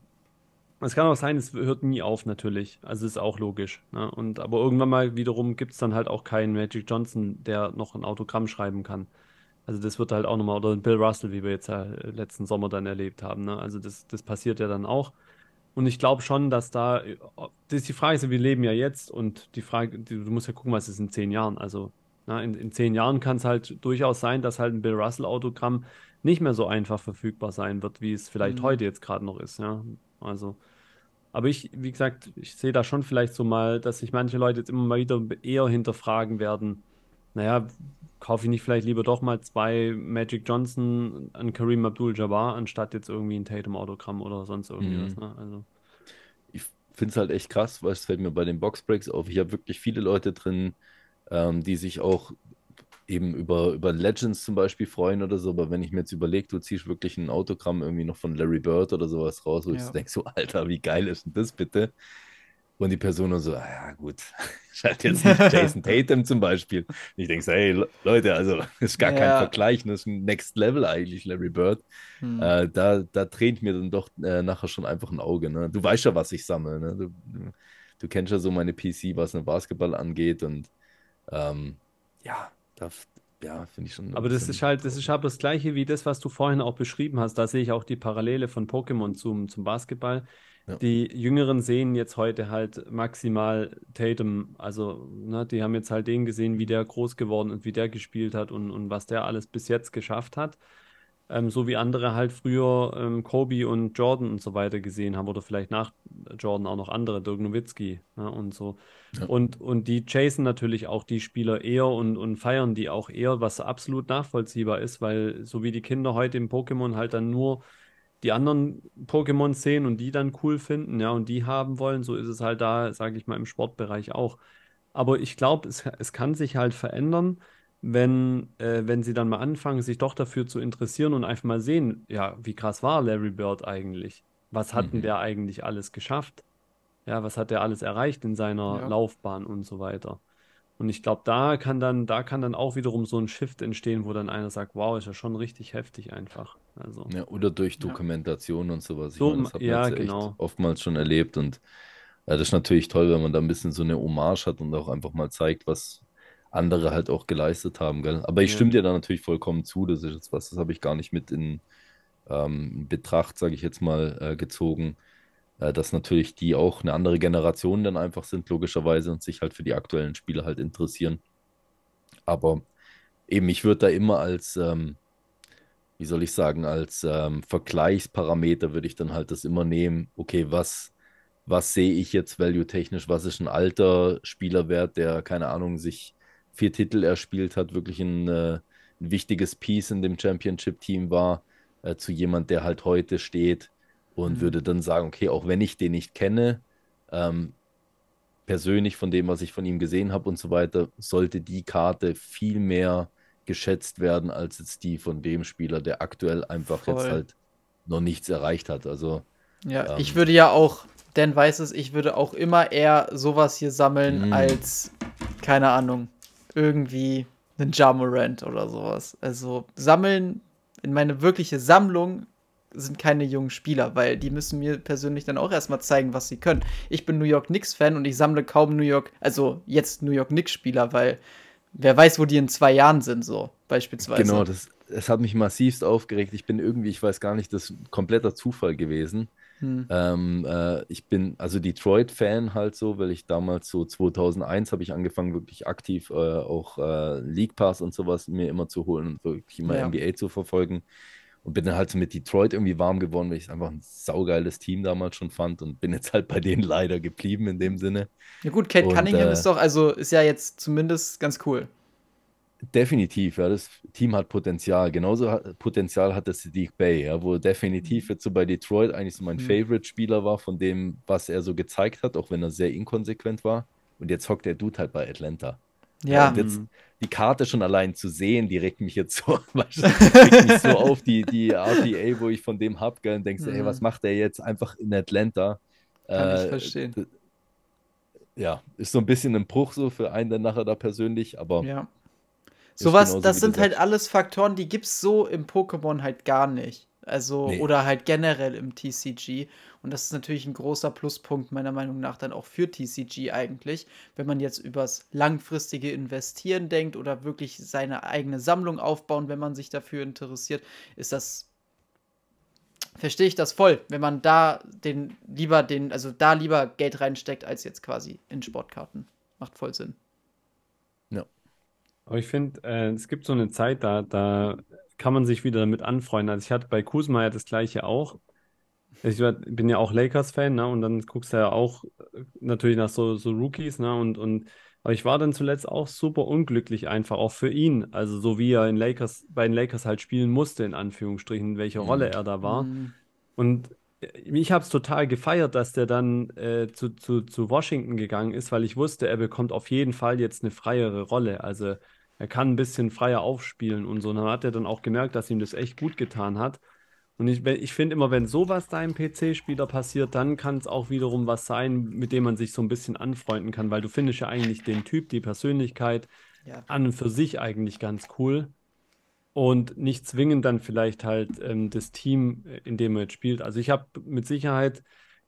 es kann auch sein, es hört nie auf, natürlich. Also ist auch logisch. Ne? Und aber irgendwann mal wiederum gibt es dann halt auch keinen Magic Johnson, der noch ein Autogramm schreiben kann. Also das wird halt auch nochmal, oder Bill Russell, wie wir jetzt ja äh, letzten Sommer dann erlebt haben. Ne? Also das, das passiert ja dann auch. Und ich glaube schon, dass da, äh, das ist die Frage, ist, wir leben ja jetzt und die Frage, die, du musst ja gucken, was ist in zehn Jahren. Also na, in, in zehn Jahren kann es halt durchaus sein, dass halt ein Bill Russell Autogramm nicht mehr so einfach verfügbar sein wird, wie es vielleicht
Hm.
heute jetzt gerade noch ist. Ja, also. Aber ich, wie gesagt, ich sehe da schon vielleicht so mal, dass sich manche Leute jetzt immer mal wieder eher hinterfragen werden. Naja, kaufe ich nicht vielleicht lieber doch mal zwei Magic Johnson an Kareem Abdul-Jabbar, anstatt jetzt irgendwie ein Tatum-Autogramm oder sonst irgendwie was,
Mhm.
ne? Also,
Ich finde es halt echt krass, weil es fällt mir bei den Boxbreaks auf. Ich habe wirklich viele Leute drin, ähm, die sich auch eben über, über Legends zum Beispiel freuen oder so. Aber wenn ich mir jetzt überlege, du ziehst wirklich ein Autogramm irgendwie noch von Larry Bird oder sowas raus, wo ich so
Ja.
denke, so, Alter, wie geil ist denn das bitte? Und die Person nur so, ah, ja gut, ich halt jetzt nicht Jason Tatum zum Beispiel. Und ich denke so, hey Le- Leute, also das ist gar kein
Ja.
Vergleich, das ist ein Next Level eigentlich, Larry Bird.
Hm.
Äh, da, da tränt mir dann doch äh, nachher schon einfach ein Auge. Ne? Du weißt ja, was ich sammle. Ne? Du, du kennst ja so meine P C, was den Basketball angeht und ähm, ja, da, ja, finde ich schon ein
Aber das ist
bisschen
halt, das ist
traurig.
halt das Gleiche wie das, was du vorhin auch beschrieben hast. Da sehe ich auch die Parallele von Pokémon zum, zum Basketball.
Ja.
Die Jüngeren sehen jetzt heute halt maximal Tatum. Also, ne, die haben jetzt halt den gesehen, wie der groß geworden und wie der gespielt hat und, und was der alles bis jetzt geschafft hat. Ähm, so wie andere halt früher ähm, Kobe und Jordan und so weiter gesehen haben oder vielleicht nach Jordan auch noch andere, Dirk Nowitzki, ne, und so.
Ja.
Und, und die chasen natürlich auch die Spieler eher und, und feiern die auch eher, was absolut nachvollziehbar ist, weil so wie die Kinder heute im Pokémon halt dann nur die anderen Pokémon sehen und die dann cool finden, ja, und die haben wollen, so ist es halt da, sage ich mal, im Sportbereich auch. Aber ich glaube, es, es kann sich halt verändern, wenn, äh, wenn sie dann mal anfangen, sich doch dafür zu interessieren und einfach mal sehen, ja, wie krass war Larry Bird eigentlich? Was hat denn
Mhm.
der eigentlich alles geschafft? Ja, was hat der alles erreicht in seiner
Ja.
Laufbahn und so weiter? Und ich glaube, da kann dann, da kann dann auch wiederum so ein Shift entstehen, wo dann einer sagt, wow, ist ja schon richtig heftig einfach. Also,
Ja, oder durch
Ja.
Dokumentation und sowas. Ich meine,
so,
das hat man
ja,
jetzt echt
genau.
oftmals schon erlebt und äh, das ist natürlich toll, wenn man da ein bisschen so eine Hommage hat und auch einfach mal zeigt, was andere halt auch geleistet haben, gell? Aber ich
Ja.
stimme dir da natürlich vollkommen zu. Das ist jetzt was, das habe ich gar nicht mit in, ähm, in Betracht, sage ich jetzt mal, äh, gezogen, äh, dass natürlich die auch eine andere Generation dann einfach sind, logischerweise, und sich halt für die aktuellen Spiele halt interessieren. Aber eben, ich würde da immer als, ähm, wie soll ich sagen, als ähm, Vergleichsparameter würde ich dann halt das immer nehmen, okay, was, was sehe ich jetzt value-technisch, was ist ein alter Spielerwert, der, keine Ahnung, sich vier Titel erspielt hat, wirklich ein, äh, ein wichtiges Piece in dem Championship-Team war, äh, zu jemand, der halt heute steht und
Mhm.
würde dann sagen, okay, auch wenn ich den nicht kenne, ähm, persönlich von dem, was ich von ihm gesehen habe und so weiter, sollte die Karte viel mehr geschätzt werden als jetzt die von dem Spieler, der aktuell einfach jetzt
Voll.
halt noch nichts erreicht hat. Also,
Ja, ich
ähm,
würde ja auch, Dan weiß es, ich würde auch immer eher sowas hier sammeln
mh,
als, keine Ahnung, irgendwie einen Ja Morant oder sowas. Also sammeln, in meine wirkliche Sammlung sind keine jungen Spieler, weil die müssen mir persönlich dann auch erstmal zeigen, was sie können. Ich bin New York Knicks-Fan und ich sammle kaum New York, also jetzt New York Knicks-Spieler, weil wer weiß, wo die in zwei Jahren sind, so
genau,
beispielsweise.
das, es hat mich massivst aufgeregt. Ich bin irgendwie, ich weiß gar nicht, das ist ein kompletter Zufall gewesen.
Hm.
Ähm, äh, ich bin also Detroit-Fan halt so, weil ich damals so zweitausendeins habe ich angefangen, wirklich aktiv äh, auch äh, League Pass und sowas mir immer zu holen und wirklich immer
Ja.
N B A zu verfolgen. Und bin dann halt so mit Detroit irgendwie warm geworden, weil ich es einfach ein saugeiles Team damals schon fand und bin jetzt halt bei denen leider geblieben in dem Sinne.
Ja gut, Kate
Und
Cunningham
äh,
ist doch, also ist ja jetzt zumindest ganz cool.
definitiv, ja, das Team hat Potenzial. Genauso hat, Potenzial hat das Sadiq Bey, ja, wo definitiv jetzt so bei Detroit eigentlich so mein
Hm.
Favorite-Spieler war von dem, was er so gezeigt hat, auch wenn er sehr inkonsequent war. Und jetzt hockt der Dude halt bei Atlanta. Ja,
Ja.
und jetzt
Mhm.
die Karte schon allein zu sehen, die regt mich jetzt so, weißt du, regt mich so auf, die, die R P A, wo ich von dem hab, gell, und denkst, du, hey, was
Hm.
macht der jetzt einfach in Atlanta?
Kann ich
Äh,
verstehen.
d- ja, ist so ein bisschen ein Bruch so für einen dann nachher da persönlich, aber
Ja.
ist
Sowas,
genauso,
das
wie du
sind halt
sagst.
alles Faktoren, die gibt's so im Pokémon halt gar nicht. Also,
Nee.
oder halt generell im T C G. Und das ist natürlich ein großer Pluspunkt, meiner Meinung nach, dann auch für T C G eigentlich. Wenn man jetzt übers langfristige Investieren denkt oder wirklich seine eigene Sammlung aufbauen, wenn man sich dafür interessiert, ist das, verstehe ich das voll, wenn man da den lieber den, also da lieber Geld reinsteckt, als jetzt quasi in Sportkarten. Macht voll Sinn.
Ja.
Aber ich finde, äh, es gibt so eine Zeit, da, da kann man sich wieder damit anfreunden. Also ich hatte bei Kuzma ja das Gleiche auch. Ich war- bin ja auch Lakers-Fan, ne? Und dann guckst du ja auch äh, natürlich nach so, so Rookies, ne? Und, und aber ich war dann zuletzt auch super unglücklich einfach, auch für ihn. Also so wie er in Lakers, bei den Lakers halt spielen musste, in Anführungsstrichen, welche Rolle
Mhm.
er da war.
Hm.
Und äh, ich habe es total gefeiert, dass der dann äh, zu, zu, zu Washington gegangen ist, weil ich wusste, er bekommt auf jeden Fall jetzt eine freiere Rolle. Also er kann ein bisschen freier aufspielen und so. Und dann hat er dann auch gemerkt, dass ihm das echt gut getan hat. Und ich, wenn- ich finde immer, wenn sowas da im P C-Spieler passiert, dann kann es auch wiederum was sein, mit dem man sich so ein bisschen anfreunden kann, weil du findest ja eigentlich den Typ, die Persönlichkeit
Ja.
an und für sich eigentlich ganz cool und nicht zwingend dann vielleicht halt ähm, das Team, äh, in dem er jetzt spielt. Also ich habe mit Sicherheit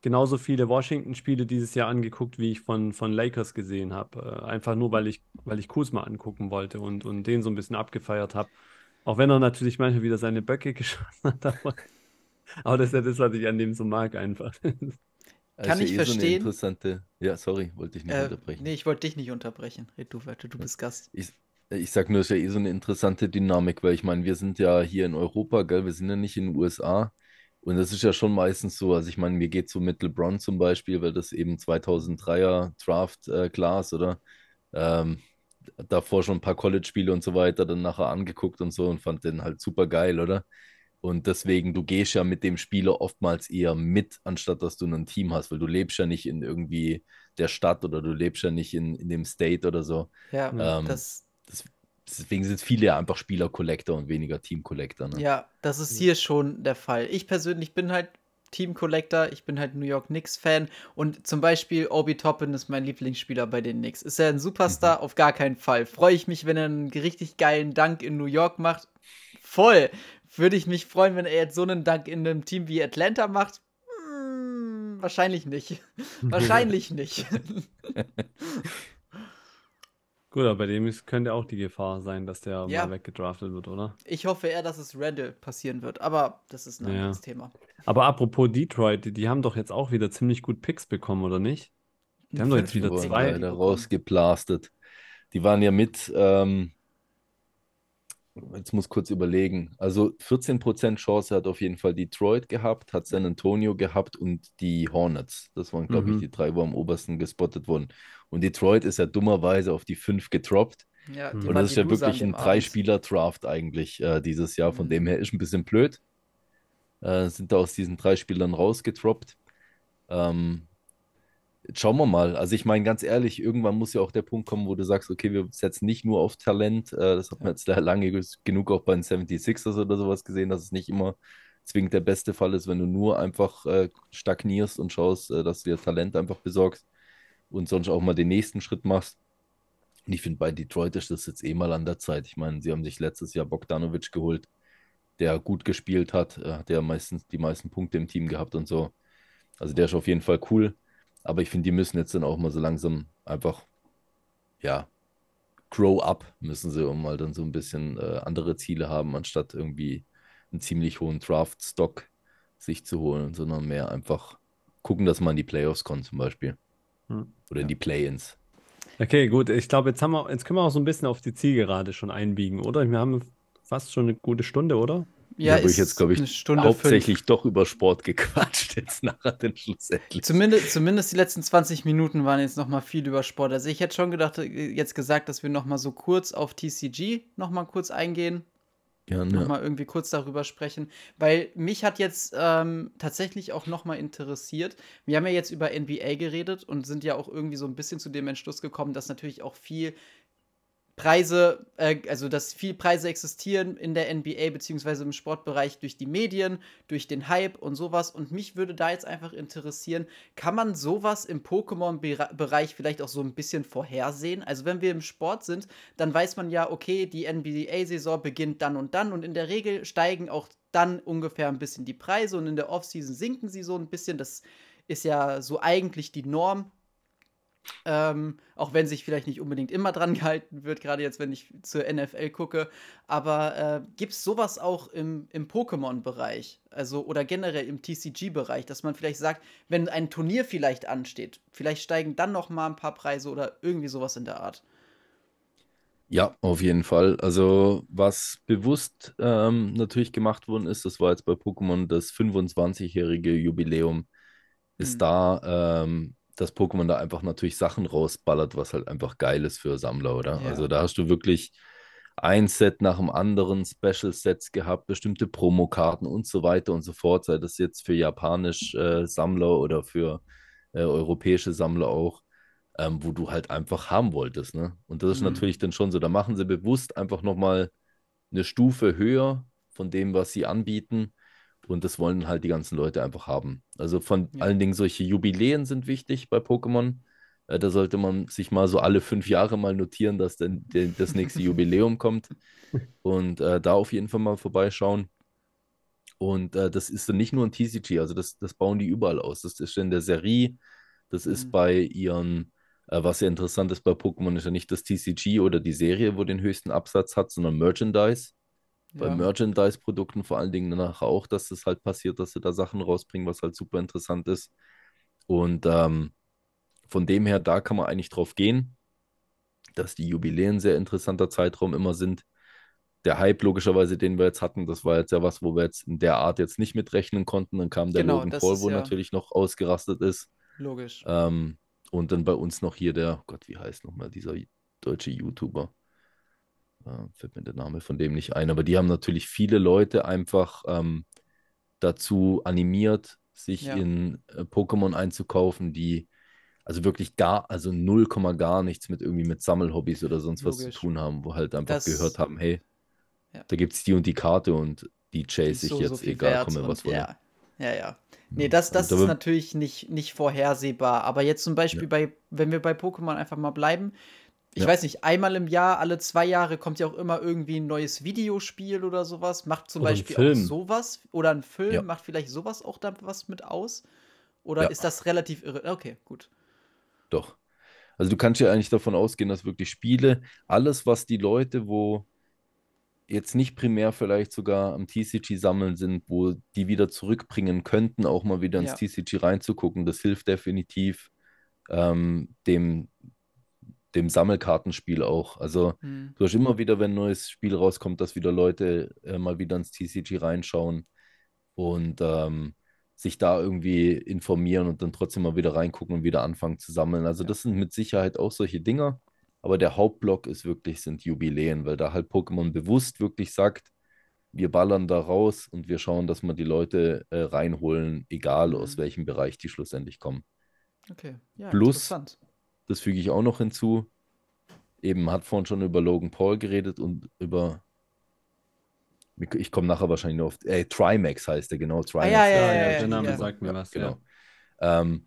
genauso viele Washington-Spiele dieses Jahr angeguckt, wie ich von, von Lakers gesehen habe. Äh, einfach nur, weil ich, weil ich Kuzma angucken wollte und, und den so ein bisschen abgefeiert habe. Auch wenn er natürlich manchmal wieder seine Böcke geschossen hat, aber, aber das ist ja das, was ich an dem so mag einfach.
Das
Kann
ist ja
ich
eh so eine
verstehen.
interessante. Ja, sorry, wollte ich nicht
Äh, nee,
unterbrechen.
ich wollte dich nicht unterbrechen. Red du weiter, du
Ja.
bist Gast.
Ich, ich sag nur, es ist ja eh so eine interessante Dynamik, weil ich meine, wir sind ja hier in Europa, gell, wir sind ja nicht in den U S A. Und das ist ja schon meistens so. Also ich meine, mir geht so mit LeBron zum Beispiel, weil das eben zweitausenddreier Draft äh, Class, oder? Ähm, Davor schon ein paar College-Spiele und so weiter, dann nachher angeguckt und so und fand den halt super geil, oder? Und deswegen, du gehst ja mit dem Spieler oftmals eher mit, anstatt dass du ein Team hast, weil du lebst ja nicht in irgendwie der Stadt oder du lebst ja nicht in, in dem State oder so.
Ja,
Ja.
Ähm,
das,
das, Deswegen sind viele ja einfach Spieler-Collector und weniger Team-Collector, ne?
ja, das ist hier schon der Fall. Ich persönlich bin halt Team Collector, ich bin halt New York Knicks-Fan und zum Beispiel Obi Toppin ist mein Lieblingsspieler bei den Knicks. Ist er ein
Mhm.
Superstar? Auf gar keinen Fall. Freue ich mich, wenn er einen richtig geilen Dank in New York macht? Voll. Würde ich mich freuen, wenn er jetzt so einen Dank in einem Team wie Atlanta macht? Hm, wahrscheinlich nicht. Wahrscheinlich nicht.
Gut, aber bei dem ist, könnte auch die Gefahr sein, dass der mal
Ja,
weggedraftet wird, oder?
ich hoffe eher, dass es Randall passieren wird, aber das ist ein anderes
Ja.
Thema.
Aber apropos Detroit, die, die haben doch jetzt auch wieder ziemlich gut Picks bekommen, oder nicht? Die
Einen
haben doch jetzt
Die
wieder
fünften Pick
wurden
haben
zwei.
die
leider
bekommen.
rausgeblastet. Die waren ja mit, ähm, jetzt muss kurz überlegen. Also vierzehn Prozent Chance hat auf jeden Fall Detroit gehabt, hat San Antonio gehabt und die Hornets. Das waren, glaube ich,
Mhm.
die drei, wo am obersten gespottet wurden. Und Detroit ist ja dummerweise auf die fünf getroppt.
Ja, die
Und
Mhm.
waren
das
die
ist ja
Loser an
wirklich
dem
ein
Abend.
Drei-Spieler-Draft eigentlich äh, dieses Jahr. Von
Mhm.
dem her ist ein bisschen blöd. Äh, sind da aus diesen drei Spielern rausgetroppt. Ähm, Jetzt schauen wir mal. Also ich meine, ganz ehrlich, irgendwann muss ja auch der Punkt kommen, wo du sagst, okay, wir setzen nicht nur auf Talent. Äh, das hat man
Ja.
jetzt lange ges- genug auch bei den seventy-sixers oder sowas gesehen, dass es nicht immer zwingend der beste Fall ist, wenn du nur einfach äh, stagnierst und schaust, äh, dass du dir Talent einfach besorgst und sonst auch mal den nächsten Schritt machst. Und ich finde, bei Detroit ist das jetzt eh mal an der Zeit. Ich meine, sie haben sich letztes Jahr Bogdanovic geholt, der gut gespielt hat, äh, hat ja meistens die meisten Punkte im Team gehabt und so. Also der ist auf jeden Fall cool. Aber ich finde, die müssen jetzt dann auch mal so langsam einfach, ja, grow up müssen sie, um mal dann so ein bisschen äh, andere Ziele haben, anstatt irgendwie einen ziemlich hohen Draft-Stock sich zu holen, sondern mehr einfach gucken, dass man in die Playoffs kommt zum Beispiel.
Mhm.
Oder in
Ja.
die Play-ins.
Okay, gut. Ich glaube, jetzt haben wir, jetzt können wir auch so ein bisschen auf die Zielgerade schon einbiegen, oder? Wir haben fast schon eine gute Stunde, oder?
Ich
Ja,
habe euch jetzt,
ist
glaube ich,
eine Stunde fünf.
hauptsächlich doch über Sport gequatscht, jetzt nachher denn schlussendlich.
Zumindest, zumindest die letzten zwanzig Minuten waren jetzt noch mal viel über Sport. Also ich hätte schon gedacht, äh, jetzt gesagt, dass wir noch mal so kurz auf T C G noch mal kurz eingehen. Noch
Gerne.
mal irgendwie kurz darüber sprechen, weil mich hat jetzt ähm, tatsächlich auch noch mal interessiert. Wir haben ja jetzt über N B A geredet und sind ja auch irgendwie so ein bisschen zu dem Entschluss gekommen, dass natürlich auch viel Preise, äh, also dass viel Preise existieren in der N B A beziehungsweise im Sportbereich durch die Medien, durch den Hype und sowas. Und mich würde da jetzt einfach interessieren, kann man sowas im Pokémon-Bereich vielleicht auch so ein bisschen vorhersehen? Also wenn wir im Sport sind, dann weiß man ja, okay, die N B A-Saison beginnt dann und dann und in der Regel steigen auch dann ungefähr ein bisschen die Preise und in der Offseason sinken sie so ein bisschen. Das ist ja so eigentlich die Norm. Ähm, auch wenn sich vielleicht nicht unbedingt immer dran gehalten wird, gerade jetzt, wenn ich zur N F L gucke. Aber äh, gibt es sowas auch im, im Pokémon-Bereich? Also, oder generell im T C G-Bereich, dass man vielleicht sagt, wenn ein Turnier vielleicht ansteht, vielleicht steigen dann noch mal ein paar Preise oder irgendwie sowas in der Art.
Ja, auf jeden Fall. Also, was bewusst ähm, natürlich gemacht worden ist, das war jetzt bei Pokémon das fünfundzwanzigjährige Jubiläum, ist
Hm.
da, ähm, dass Pokémon da einfach natürlich Sachen rausballert, was halt einfach geil ist für Sammler, oder? Also,
Ja.
da hast du wirklich ein Set nach dem anderen, Special Sets gehabt, bestimmte Promokarten und so weiter und so fort, sei das jetzt für japanisch äh, Sammler oder für äh, europäische Sammler auch, ähm, wo du halt einfach haben wolltest, ne? Und das ist
Hm.
natürlich dann schon so, da machen sie bewusst einfach nochmal eine Stufe höher von dem, was sie anbieten. Und das wollen halt die ganzen Leute einfach haben. Also von
Ja.
allen Dingen solche Jubiläen sind wichtig bei Pokémon. Äh, da sollte man sich mal so alle fünf Jahre mal notieren, dass dann der- das nächste Jubiläum kommt und äh, da auf jeden Fall mal vorbeischauen. Und äh, das ist dann nicht nur ein T C G, also das, das bauen die überall aus. Das ist in der Serie, das ist
Mhm.
bei ihren, äh, was ja interessant ist bei Pokémon, ist ja nicht das T C G oder die Serie, wo den höchsten Absatz hat, sondern Merchandise. Bei
Ja,
Merchandise-Produkten vor allen Dingen danach auch, dass das halt passiert, dass sie da Sachen rausbringen, was halt super interessant ist. Und ähm, von dem her, da kann man eigentlich drauf gehen, dass die Jubiläen ein sehr interessanter Zeitraum immer sind. Der Hype, logischerweise, den wir jetzt hatten, das war jetzt ja was, wo wir jetzt in der Art jetzt nicht mitrechnen konnten. Dann kam der
genau,
Logan
das
Paul,
ist
wo
ja
natürlich noch ausgerastet ist.
logisch.
Ähm, und dann bei uns noch hier der, Gott, wie heißt nochmal dieser deutsche YouTuber? Äh, fällt mir der Name von dem nicht ein, aber die haben natürlich viele Leute einfach ähm, dazu animiert, sich
Ja,
in äh, Pokémon einzukaufen, die also wirklich gar, also null Komma gar nichts mit irgendwie mit Sammelhobbys oder sonst was zu
logisch.
tun haben, wo halt einfach gehört
Das,
haben, hey,
ja,
da gibt es die und die Karte und die
die
chase
ist
ich
so, so
jetzt,
viel
egal,
wert
komme
und
was wolle.
ja, ja, ja. Nee,
Ja.
das,
Also
das
da
ist
wird,
natürlich nicht, nicht vorhersehbar. Aber jetzt zum
ja,
Beispiel bei, wenn wir bei Pokémon einfach mal bleiben, ich
ja.
weiß nicht, einmal im Jahr, alle zwei Jahre kommt ja auch immer irgendwie ein neues Videospiel oder sowas. Macht zum
Oder ein
Beispiel auch
Film.
sowas oder ein
Ja,
Film, macht vielleicht sowas auch da was mit aus? Oder
ja,
ist das relativ irre? Okay, gut.
doch. Also du kannst ja eigentlich davon ausgehen, dass wirklich Spiele, alles, was die Leute, wo jetzt nicht primär vielleicht sogar am T C G sammeln sind, wo die wieder zurückbringen könnten, auch mal wieder ins
Ja.
T C G reinzugucken, das hilft definitiv ähm, dem, dem Sammelkartenspiel auch. Also
Hm.
du hast immer wieder, wenn ein neues Spiel rauskommt, dass wieder Leute äh, mal wieder ins T C G reinschauen und ähm, sich da irgendwie informieren und dann trotzdem mal wieder reingucken und wieder anfangen zu sammeln. Also
Ja.
das sind mit Sicherheit auch solche Dinger. Aber der Hauptblock ist wirklich, sind Jubiläen, weil da halt Pokémon bewusst wirklich sagt, wir ballern da raus und wir schauen, dass wir die Leute äh, reinholen, egal aus
Hm.
welchem Bereich die schlussendlich kommen.
Okay. Ja,
Plus,
interessant.
das füge ich auch noch hinzu, eben hat vorhin schon über Logan Paul geredet und über, ich komme nachher wahrscheinlich noch auf, äh, Trimax heißt der, genau,
Ah ja,
Trimax
ja,
heißt
Ja,
ja,
der
ja,
ja,
der
deutsche
ja,
Name
hier.
YouTuber.
sagt mir
Ja,
was, ja.
genau. Ähm,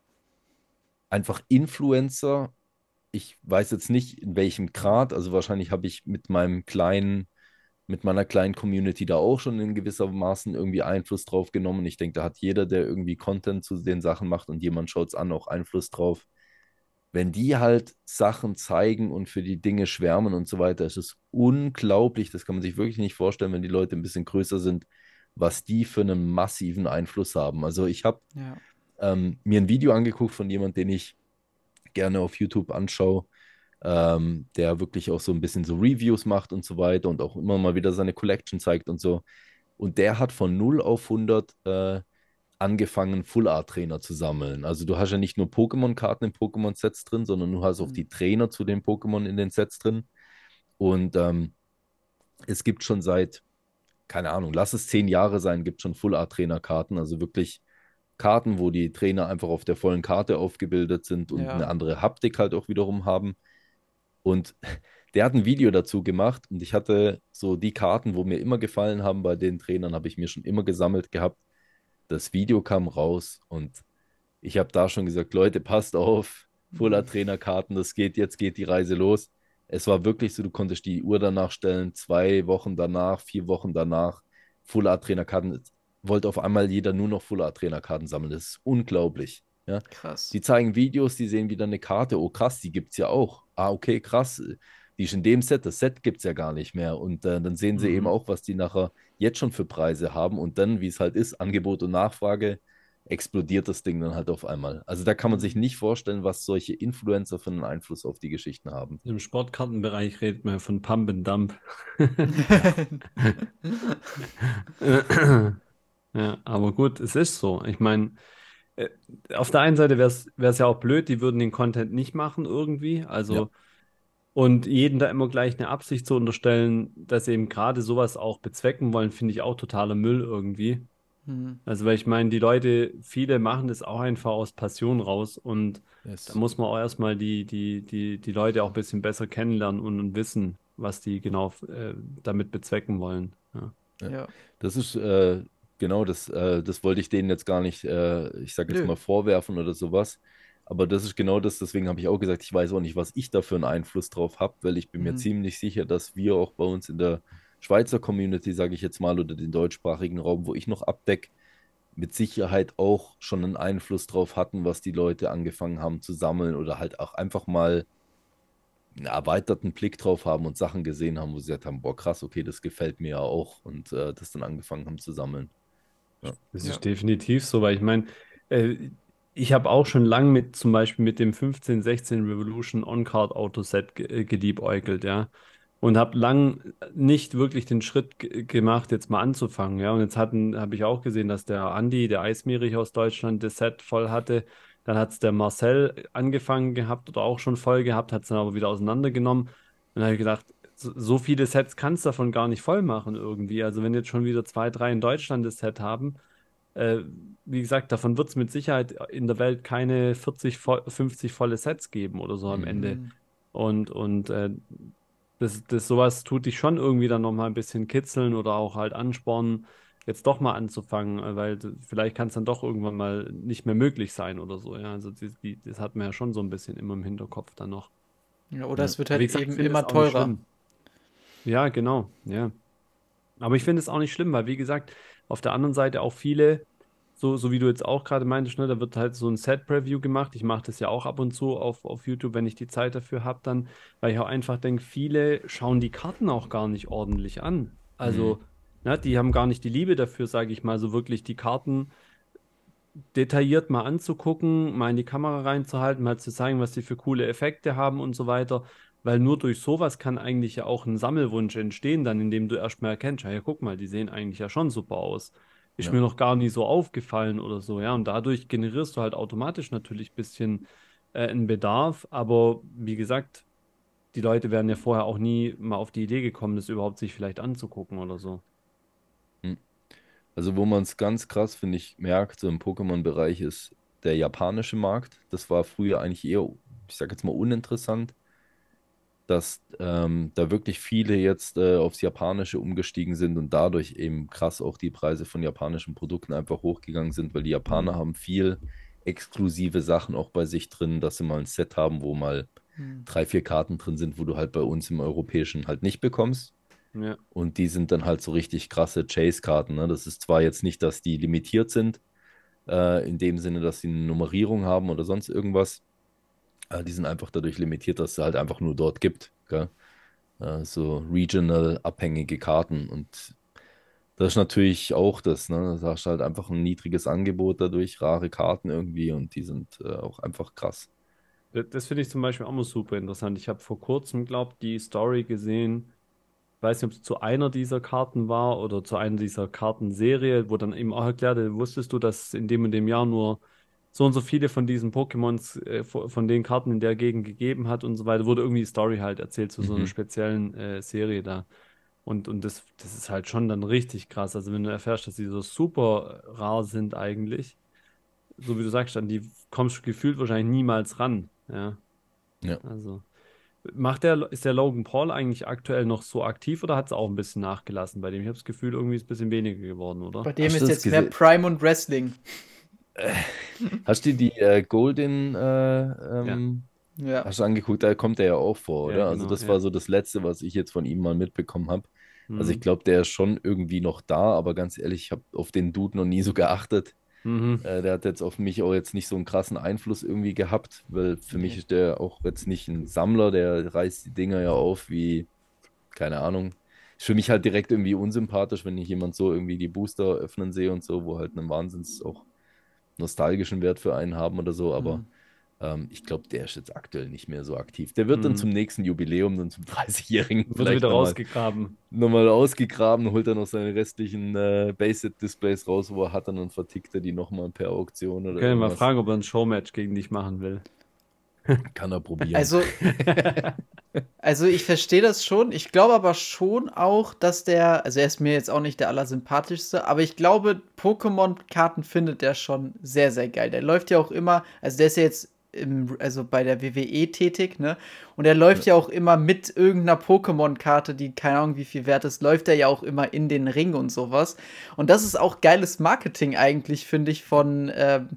einfach Influencer, ich weiß jetzt nicht in welchem Grad, also wahrscheinlich habe ich mit meinem kleinen, mit meiner kleinen Community da auch schon in gewisser Maßen irgendwie Einfluss drauf genommen. Ich denke, da hat jeder, der irgendwie Content zu den Sachen macht und jemand schaut es an, auch Einfluss drauf. Wenn die halt Sachen zeigen und für die Dinge schwärmen und so weiter, ist es unglaublich, das kann man sich wirklich nicht vorstellen, wenn die Leute ein bisschen größer sind, was die für einen massiven Einfluss haben. Also ich habe
Ja.
ähm, mir ein Video angeguckt von jemandem, den ich gerne auf YouTube anschaue, ähm, der wirklich auch so ein bisschen so Reviews macht und so weiter und auch immer mal wieder seine Collection zeigt und so. Und der hat von null auf hundert äh, angefangen, Full-Art-Trainer zu sammeln. Also du hast ja nicht nur Pokémon-Karten in Pokémon-Sets drin, sondern du hast auch
Hm.
die Trainer zu den Pokémon in den Sets drin. Und ähm, es gibt schon seit, keine Ahnung, lass es zehn Jahre sein, gibt schon Full-Art-Trainer-Karten, also wirklich Karten, wo die Trainer einfach auf der vollen Karte aufgebildet sind und eine
Ja.
andere Haptik halt auch wiederum haben. Und der hat ein Video dazu gemacht und ich hatte so die Karten, wo mir immer gefallen haben bei den Trainern, habe ich mir schon immer gesammelt gehabt. Das Video kam raus und ich habe da schon gesagt, Leute, passt auf,
Hm.
Fuller Trainerkarten, das geht, jetzt geht die Reise los. Es war wirklich so, du konntest die Uhr danach stellen, zwei Wochen danach, vier Wochen danach, Full Art Trainerkarten. Wollte auf einmal jeder nur noch Full Art Trainerkarten sammeln. Das ist unglaublich. Ja?
Krass.
Die zeigen Videos, die sehen wieder eine Karte. Oh krass, die gibt es ja auch. Ah, okay, krass. Die ist in dem Set. Das Set gibt es ja gar nicht mehr. Und äh, dann sehen sie eben
Mhm.
auch, was die nachher jetzt schon für Preise haben. Und dann, wie es halt ist, Angebot und Nachfrage, explodiert das Ding dann halt auf einmal. Also da kann man sich
Hm.
nicht vorstellen, was solche Influencer für einen Einfluss auf die Geschichten haben.
Im Sportkartenbereich redet man von Pump and Dump.
Ja,
Ja, aber gut, es ist so. Ich meine, äh, auf der einen Seite wäre es ja auch blöd, die würden den Content nicht machen irgendwie.
ja,
Also, und jeden da immer gleich eine Absicht zu unterstellen, dass sie eben gerade sowas auch bezwecken wollen, finde ich auch totaler Müll irgendwie.
Hm.
Also, weil ich meine, die Leute, viele machen das auch einfach aus Passion raus und da
yes.
muss man auch erstmal die, die, die, die Leute auch ein bisschen besser kennenlernen und, und wissen, was die genau äh, damit bezwecken wollen. Ja.
Ja.
Ja.
Das ist äh, genau das, äh, das wollte ich denen jetzt gar nicht, äh, ich sage jetzt
Nö.
mal, vorwerfen oder sowas. Aber das ist genau das, deswegen habe ich auch gesagt, ich weiß auch nicht, was ich da für einen Einfluss drauf habe, weil ich bin mir
Hm.
ziemlich sicher, dass wir auch bei uns in der Schweizer Community, sage ich jetzt mal, oder den deutschsprachigen Raum, wo ich noch abdecke, mit Sicherheit auch schon einen Einfluss drauf hatten, was die Leute angefangen haben zu sammeln oder halt auch einfach mal einen erweiterten Blick drauf haben und Sachen gesehen haben, wo sie gesagt haben, boah, krass, okay, das gefällt mir ja auch und äh, das dann angefangen haben zu sammeln. Ja.
Das
Ja.
ist definitiv so, weil ich meine, äh, ich habe auch schon lang mit zum Beispiel mit dem fünfzehn sechzehn Revolution On-Card Autoset ge äh, geliebäugelt, ja. Und habe lang nicht wirklich den Schritt ge- gemacht, jetzt mal anzufangen, ja. Und jetzt hatten, habe ich auch gesehen, dass der Andi, der Eismeerich aus Deutschland, das Set voll hatte. Dann hat es der Marcel angefangen gehabt oder auch schon voll gehabt, hat es dann aber wieder auseinandergenommen. Und dann habe ich gedacht, so, so viele Sets kannst du davon gar nicht voll machen irgendwie. Also wenn jetzt schon wieder zwei, drei in Deutschland das Set haben, äh, wie gesagt, davon wird es mit Sicherheit in der Welt keine vierzig, vo- fünfzig volle Sets geben oder so am
Mhm.
Ende.
Mhm.
Und, und äh, das, das sowas tut dich schon irgendwie dann nochmal ein bisschen kitzeln oder auch halt anspornen, jetzt doch mal anzufangen, äh, weil d- vielleicht kann es dann doch irgendwann mal nicht mehr möglich sein oder so. Ja, also die, die, das hat man ja schon so ein bisschen immer im Hinterkopf dann noch.
Ja, oder
Ja.
es wird
Aber wie
halt
gesagt, ich
eben
finde es
immer
auch nicht
teurer.
schlimm. Ja, genau, ja. Aber ich finde es auch nicht schlimm, weil wie gesagt, auf der anderen Seite auch viele, so, so wie du jetzt auch gerade meintest, ne, da wird halt so ein Set-Preview gemacht. Ich mache das ja auch ab und zu auf, auf YouTube, wenn ich die Zeit dafür habe, dann, weil ich auch einfach denke, viele schauen die Karten auch gar nicht ordentlich an.
Mhm.
Also, ne, die haben gar nicht die Liebe dafür, sage ich mal, so wirklich die Karten detailliert mal anzugucken, mal in die Kamera reinzuhalten, mal zu zeigen, was die für coole Effekte haben und so weiter. Weil nur durch sowas kann eigentlich ja auch ein Sammelwunsch entstehen, dann indem du erstmal erkennst, ja, ja, guck mal, die sehen eigentlich ja schon super aus. Ist
Ja.
mir noch gar nie so aufgefallen oder so, ja. Und dadurch generierst du halt automatisch natürlich ein bisschen äh, einen Bedarf. Aber wie gesagt, die Leute wären ja vorher auch nie mal auf die Idee gekommen, das überhaupt sich vielleicht anzugucken oder so.
Mhm. Also wo man es ganz krass, finde ich, merkt, so im Pokémon-Bereich ist der japanische Markt. Das war früher eigentlich eher, ich sage jetzt mal, uninteressant, dass ähm, da wirklich viele jetzt äh, aufs Japanische umgestiegen sind und dadurch eben krass auch die Preise von japanischen Produkten einfach hochgegangen sind, weil die Japaner
Mhm.
haben viel exklusive Sachen auch bei sich drin, dass sie mal ein Set haben, wo mal
Hm.
drei, vier Karten drin sind, wo du halt bei uns im Europäischen halt nicht bekommst.
Ja.
Und die sind dann halt so richtig krasse Chase-Karten. Ne? Das ist zwar jetzt nicht, dass die limitiert sind, äh, in dem Sinne, dass sie eine Nummerierung haben oder sonst irgendwas. Äh, die sind einfach dadurch limitiert, dass es halt einfach nur dort gibt. Gell? Äh, so regional abhängige Karten. Und das ist natürlich auch das. Ne? Da hast du halt einfach ein niedriges Angebot dadurch, rare Karten irgendwie und die sind äh, auch einfach krass.
Das, das finde ich zum Beispiel auch mal super interessant. Ich habe vor kurzem, glaube ich, die Story gesehen. Ich weiß nicht, ob es zu einer dieser Karten war oder zu einer dieser Kartenserie, wo dann eben auch erklärte, wusstest du, dass es in dem und dem Jahr nur so und so viele von diesen Pokémons, äh, von von den Karten in der Gegend gegeben hat und so weiter, wurde irgendwie die Story halt erzählt zu so einer
Mhm.
speziellen äh, Serie da. Und, und das, das ist halt schon dann richtig krass. Also wenn du erfährst, dass die so super rar sind eigentlich, so wie du sagst, an die kommst du gefühlt wahrscheinlich niemals ran. Ja,
Ja.
also. Macht der, ist der Logan Paul eigentlich aktuell noch so aktiv oder hat es auch ein bisschen nachgelassen bei dem? Ich habe das Gefühl, irgendwie ist es ein bisschen weniger geworden, oder?
Bei dem
Hast du
ist
das
jetzt mehr
gesehen?
Prime und Wrestling.
Äh, Hast du die äh, Golden äh,
Ja,
ähm,
Ja.
hast du angeguckt? Da kommt er ja auch vor,
ja,
oder? Also
genau,
das
ja.
war so das Letzte, was ich jetzt von ihm mal mitbekommen habe. Also ich
Mhm.
glaube, der ist schon irgendwie noch da, aber ganz ehrlich, ich habe auf den Dude noch nie so geachtet.
Mhm.
Äh, der hat jetzt auf mich auch jetzt nicht so einen krassen Einfluss irgendwie gehabt, weil für mich
Nee.
ist der auch jetzt nicht ein Sammler, der reißt die Dinger ja auf wie, keine Ahnung. Ist für mich halt direkt irgendwie unsympathisch, wenn ich jemand so irgendwie die Booster öffnen sehe und so, wo halt einen Wahnsinns auch nostalgischen Wert für einen haben oder so, aber
Hm.
ähm, ich glaube, der ist jetzt aktuell nicht mehr so aktiv. Der wird dann zum
Mhm.
nächsten Jubiläum, dann zum dreißigjährigen
Wird er
vielleicht
wieder
nochmal
rausgegraben.
noch mal ausgegraben, holt er noch seine restlichen äh, Base-Displays raus, wo er hat, und dann vertickt er die nochmal per Auktion
Wir
oder
können ja mal
irgendwas.
fragen, ob er ein Showmatch gegen dich machen will.
Kann er probieren.
Also, also ich verstehe das schon. Ich glaube aber schon auch, dass der, also er ist mir jetzt auch nicht der allersympathischste, aber ich glaube, Pokémon-Karten findet der schon sehr, sehr geil. Der läuft ja auch immer, also der ist ja jetzt im, also bei der W W E tätig, ne? Und er läuft
Ja.
ja auch immer mit irgendeiner Pokémon-Karte, die keine Ahnung wie viel wert ist, läuft er ja auch immer in den Ring und sowas. Und das ist auch geiles Marketing eigentlich, finde ich, von, ähm,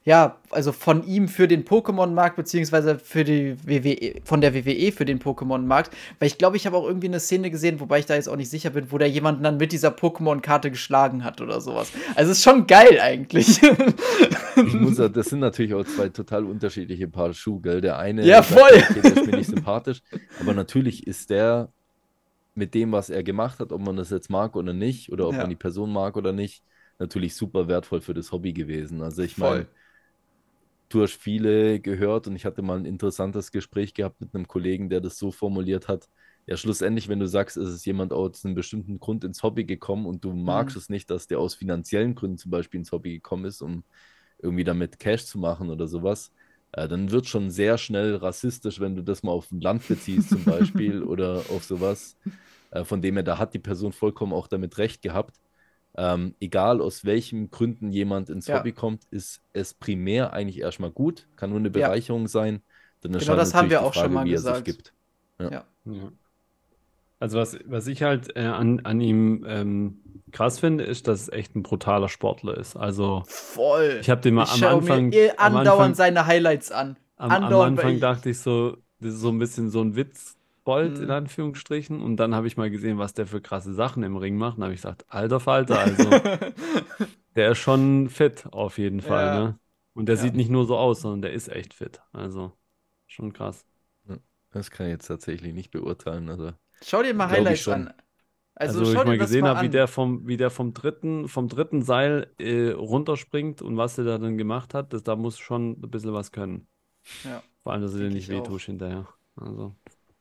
ja, also von ihm für den Pokémon-Markt, beziehungsweise für die W W E, von der W W E für den Pokémon-Markt. Weil ich glaube, ich habe auch irgendwie eine Szene gesehen, wobei ich da jetzt auch nicht sicher bin, wo der jemanden dann mit dieser Pokémon-Karte geschlagen hat oder sowas. Also ist schon geil eigentlich.
Ich muss ja, das sind natürlich auch zwei total unterschiedliche Paar Schuhe, gell? Der eine
Ja,
sagt,
voll.
okay, der ist mir nicht sympathisch, aber natürlich ist der mit dem, was er gemacht hat, ob man das jetzt mag oder nicht, oder ob man
Ja,
die Person mag oder nicht, natürlich super wertvoll für das Hobby gewesen. Also ich
voll.
meine, du hast viele gehört und ich hatte mal ein interessantes Gespräch gehabt mit einem Kollegen, der das so formuliert hat. Ja, schlussendlich, wenn du sagst, es ist jemand aus einem bestimmten Grund ins Hobby gekommen und du magst
Mhm.
es nicht, dass der aus finanziellen Gründen zum Beispiel ins Hobby gekommen ist, um irgendwie damit Cash zu machen oder sowas, äh, dann wird schon sehr schnell rassistisch, wenn du das mal auf ein Land beziehst zum Beispiel oder auf sowas. Äh, von dem her, da hat die Person vollkommen auch damit recht gehabt. Ähm, egal aus welchen Gründen jemand ins
Ja,
Hobby kommt, ist es primär eigentlich erstmal gut, kann nur eine
ja,
Bereicherung sein. Dann ist
genau
halt
das haben
natürlich
wir
die
auch schon
Frage,
mal
wie er sich
gesagt.
gibt. Ja.
Ja.
Ja. Also was, was ich halt äh, an, an ihm ähm, krass finde, ist, dass es echt ein brutaler Sportler ist. Also
Voll.
ich habe den mal
Ich
am
schaue mir
Anfang,
eh
am
andauernd
Anfang,
seine Highlights an.
am, am
Andauernd, weil
Anfang
ich.
dachte ich so, das ist so ein bisschen so ein Witzbold in
Hm.
Anführungsstrichen. Und dann habe ich mal gesehen, was der für krasse Sachen im Ring macht. Und habe ich gesagt, alter Falter, also der ist schon fit auf jeden Fall,
Ja,
ne? Und der
ja.
sieht nicht nur so aus, sondern der ist echt fit. Also schon krass.
Ja. Das kann ich jetzt tatsächlich nicht beurteilen. Also
Schau dir mal
glaube ich
Highlights
schon.
an. Also
Also, ich
schau dir
mal
das
gesehen
mal
habe, wie
an.
der vom, wie der vom dritten, vom dritten Seil äh, runterspringt und was er da dann gemacht hat, das, da muss schon ein bisschen was können.
Ja,
Vor allem, dass er dir
denke
nicht
ich auch.
wehtust hinterher. Also,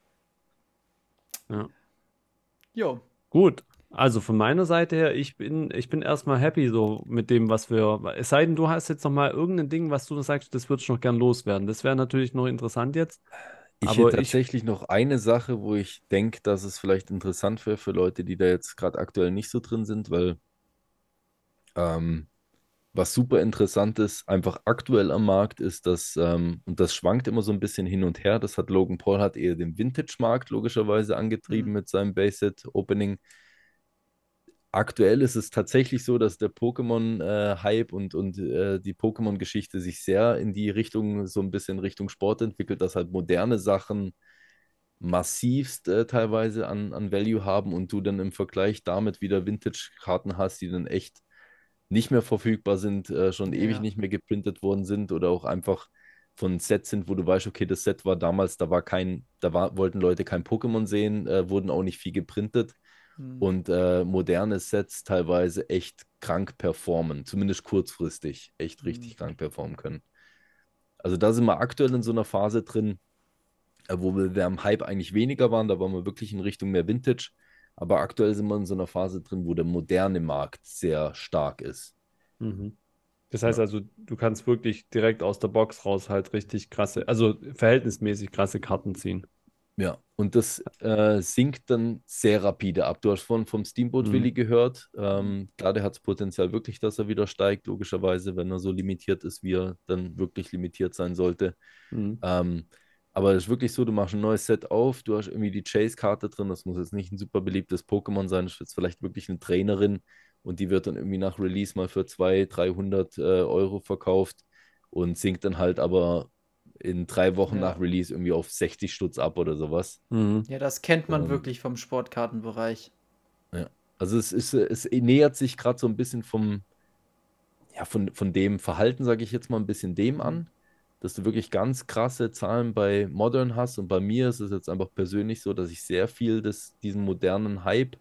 ja.
Jo.
Gut. Also von meiner Seite her, ich bin, ich bin erstmal happy so mit dem, was wir. Es sei denn, du hast jetzt noch mal irgendein Ding, was du sagst, das würdest du noch gern loswerden. Das wäre natürlich noch interessant jetzt.
Ich hätte
Aber ich.
tatsächlich noch eine Sache, wo ich denke, dass es vielleicht interessant wäre für Leute, die da jetzt gerade aktuell nicht so drin sind, weil ähm, was super interessant ist, einfach aktuell am Markt ist, dass, ähm, und das schwankt immer so ein bisschen hin und her, das hat Logan Paul hat eher den Vintage-Markt logischerweise
Hm.
angetrieben mit seinem Base-Set-Opening. Aktuell ist es tatsächlich so, dass der Pokémon-Hype und, und äh, die Pokémon-Geschichte sich sehr in die Richtung, so ein bisschen Richtung Sport entwickelt, dass halt moderne Sachen massivst äh, teilweise an, an Value haben und du dann im Vergleich damit wieder Vintage-Karten hast, die dann echt nicht mehr verfügbar sind, äh, schon ewig
Ja.
nicht mehr geprintet worden sind oder auch einfach von Sets sind, wo du weißt, okay, das Set war damals, da war kein, da war, wollten Leute kein Pokémon sehen, äh, wurden auch nicht viel geprintet
Hm.
und äh, moderne Sets teilweise echt krank performen, zumindest kurzfristig echt
Hm.
richtig krank performen können. Also da sind wir aktuell in so einer Phase drin, äh, wo wir, wir am Hype eigentlich weniger waren, da waren wir wirklich in Richtung mehr Vintage. Aber aktuell sind wir in so einer Phase drin, wo der moderne Markt sehr stark ist.
Mhm. Das heißt
Ja.
also, du kannst wirklich direkt aus der Box raus halt richtig krasse, also verhältnismäßig krasse Karten ziehen.
Ja, und das äh, sinkt dann sehr rapide ab. Du hast vorhin vom Steamboat Willi
Mhm.
gehört. Ähm, klar, der hat das Potenzial wirklich, dass er wieder steigt, logischerweise, wenn er so limitiert ist, wie er dann wirklich limitiert sein sollte.
Mhm.
Ähm, aber es ist wirklich so, du machst ein neues Set auf, du hast irgendwie die Chase-Karte drin, das muss jetzt nicht ein super beliebtes Pokémon sein, das ist jetzt vielleicht wirklich eine Trainerin und die wird dann irgendwie nach Release mal für zweihundert, dreihundert äh, Euro verkauft und sinkt dann halt aber in drei Wochen nach
Ja.
Release irgendwie auf sechzig Stutz ab oder sowas.
Mhm.
Ja, das kennt man
Und
wirklich vom Sportkartenbereich.
ja, also es ist, es nähert sich gerade so ein bisschen vom, ja, von, von dem Verhalten, sage ich jetzt mal, ein bisschen dem
Hm.
an, dass du wirklich ganz krasse Zahlen bei Modern hast. Und bei mir ist es jetzt einfach persönlich so, dass ich sehr viel des, diesen modernen Hype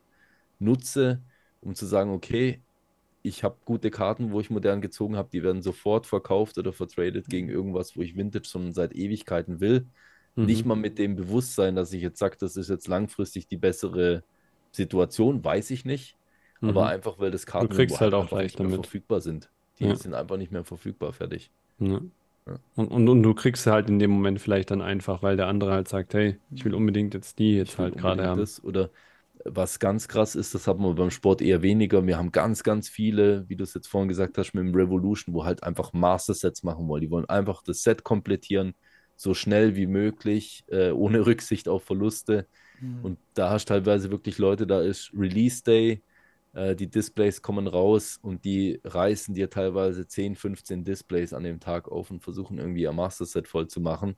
nutze, um zu sagen, okay, ich habe gute Karten, wo ich modern gezogen habe, die werden sofort verkauft oder vertradet gegen
Hm.
irgendwas, wo ich Vintage schon seit Ewigkeiten will. Nicht
Mhm.
mal mit dem Bewusstsein, dass ich jetzt sage, das ist jetzt langfristig die bessere Situation, weiß ich nicht. Aber
Mhm.
einfach, weil das
Du
Karten sind, wo
kriegst halt
halt
auch
einfach nicht
leichter
mehr
mit.
verfügbar sind. Die
Ja.
sind einfach nicht mehr verfügbar, fertig.
Ja.
Ja.
Und, und, und du kriegst sie halt in dem Moment vielleicht dann einfach, weil der andere halt sagt, hey, ich will
Hm.
unbedingt jetzt die
Ich
jetzt
will
halt gerade
unbedingt
haben.
das. Oder was ganz krass ist, das haben wir beim Sport eher weniger. Wir haben ganz, ganz viele, wie du es jetzt vorhin gesagt hast, mit dem Revolution, wo halt einfach Master-Sets machen wollen. Die wollen einfach das Set komplettieren, so schnell wie möglich, äh, ohne Rücksicht auf Verluste.
Hm.
Und da hast du teilweise wirklich Leute, da ist Release Day, Äh, die Displays kommen raus und die reißen dir teilweise zehn, fünfzehn Displays an dem Tag auf und versuchen irgendwie ihr Master Set voll zu machen.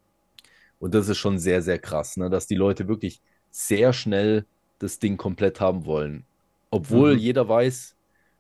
Und das ist schon sehr, sehr krass, ne? Dass die Leute wirklich sehr schnell das Ding komplett haben wollen. Obwohl
Mhm.
jeder weiß,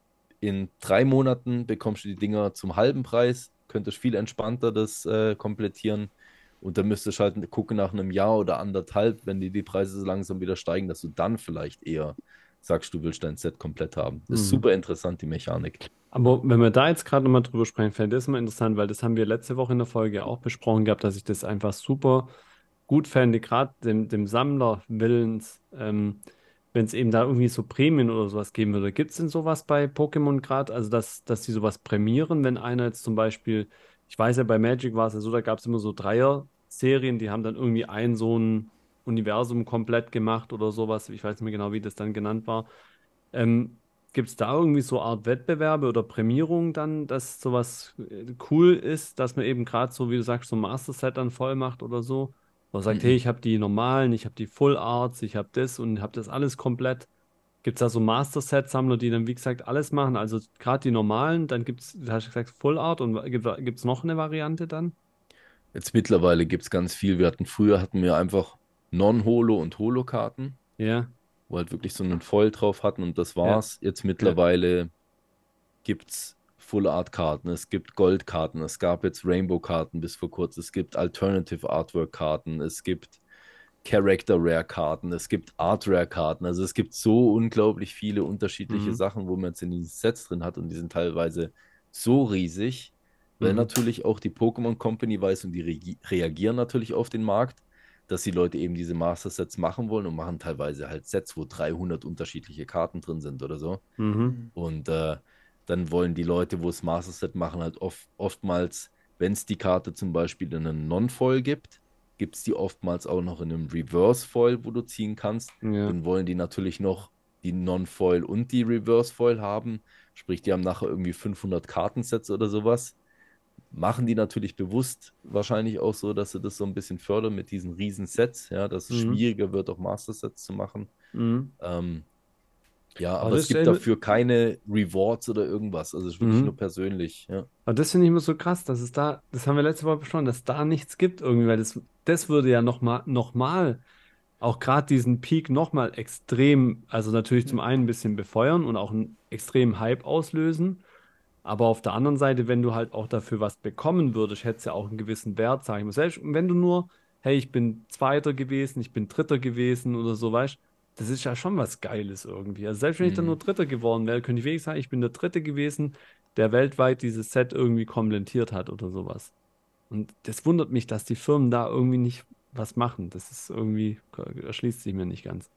in drei Monaten bekommst du die Dinger zum halben Preis, könntest viel entspannter das äh, komplettieren. Und dann müsstest du halt gucken nach einem Jahr oder anderthalb, wenn die, die Preise so langsam wieder steigen, dass du dann vielleicht eher sagst, du willst dein Set komplett haben. Das ist
Mhm.
super interessant, die Mechanik.
Aber wenn wir da jetzt gerade nochmal drüber sprechen, fände ich das mal interessant, weil das haben wir letzte Woche in der Folge auch besprochen gehabt, dass ich das einfach super gut fände, gerade dem, dem Sammler willens, ähm, wenn es eben da irgendwie so Prämien oder sowas geben würde. Gibt es denn sowas bei Pokémon gerade? Also, dass, dass die sowas prämieren, wenn einer jetzt zum Beispiel, ich weiß ja, bei Magic war es ja so, da gab es immer so Dreier-Serien, die haben dann irgendwie ein so ein Universum komplett gemacht oder sowas. Ich weiß nicht mehr genau, wie das dann genannt war. Ähm, Gibt es da irgendwie so eine Art Wettbewerbe oder Prämierung dann, dass sowas äh, cool ist, dass man eben gerade so, wie du sagst, so ein Master-Set dann voll macht oder so? Oder sagt, hey,
Mhm.
ich habe die normalen, ich habe die Full Arts, ich habe das und habe das alles komplett. Gibt es da so Master-Set-Sammler, die dann, wie gesagt, alles machen? Also gerade die normalen, dann gibt es, hast du gesagt, Full Art und gibt es noch eine Variante dann?
Jetzt mittlerweile gibt es ganz viel. Wir hatten früher hatten wir einfach Non-Holo und Holo-Karten,
Ja,
wo halt wirklich so einen Foil drauf hatten und das
ja,
war's. Jetzt
ja.
mittlerweile gibt es Full-Art-Karten, es gibt Gold-Karten, es gab jetzt Rainbow-Karten bis vor kurzem, es gibt Alternative Artwork-Karten, es gibt Character-Rare-Karten, es gibt Art-Rare-Karten. Also es gibt so unglaublich viele unterschiedliche
Mhm.
Sachen, wo man jetzt in diesen Sets drin hat und die sind teilweise so riesig, weil
Mhm.
natürlich auch die Pokémon Company weiß und die re reagieren natürlich auf den Markt, dass die Leute eben diese Master-Sets machen wollen und machen teilweise halt Sets, wo dreihundert unterschiedliche Karten drin sind oder so.
Mhm.
Mhm.
Und äh, dann wollen die Leute, wo es Master Set machen, halt oft, oftmals, wenn es die Karte zum Beispiel in einem Non-Foil gibt, gibt es die oftmals auch noch in einem Reverse-Foil, wo du ziehen kannst.
Ja.
Dann wollen die natürlich noch die Non-Foil und die Reverse-Foil haben. Sprich, die haben nachher irgendwie fünfhundert Kartensets oder sowas. Machen die natürlich bewusst wahrscheinlich auch so, dass sie das so ein bisschen fördern mit diesen riesen Sets, ja, dass es
Mhm.
schwieriger wird, auch Master-Sets zu machen.
Mhm.
Ähm, ja,
Aber
aber es
das
gibt
stell mir,
dafür keine Rewards oder irgendwas. Also es ist wirklich nur
mhm.
persönlich. Ja.
Aber das finde ich immer so krass, dass es da, das haben wir letzte Woche besprochen, dass da nichts gibt irgendwie, weil das, das würde ja nochmal, noch mal, auch gerade diesen Peak nochmal extrem, also natürlich zum
Ja.
einen ein bisschen befeuern und auch einen extremen Hype auslösen, aber auf der anderen Seite, wenn du halt auch dafür was bekommen würdest, hätte es ja auch einen gewissen Wert, sag ich mal. Selbst wenn du nur, hey, ich bin Zweiter gewesen, ich bin Dritter gewesen oder so, weißt, das ist ja schon was Geiles irgendwie. Also selbst wenn ich dann nur
Mhm.
Dritter geworden wäre, könnte ich wenigstens sagen, ich bin der Dritte gewesen, der weltweit dieses Set irgendwie kommentiert hat oder sowas. Und das wundert mich, dass die Firmen da irgendwie nicht was machen. Das ist irgendwie, erschließt sich mir nicht ganz.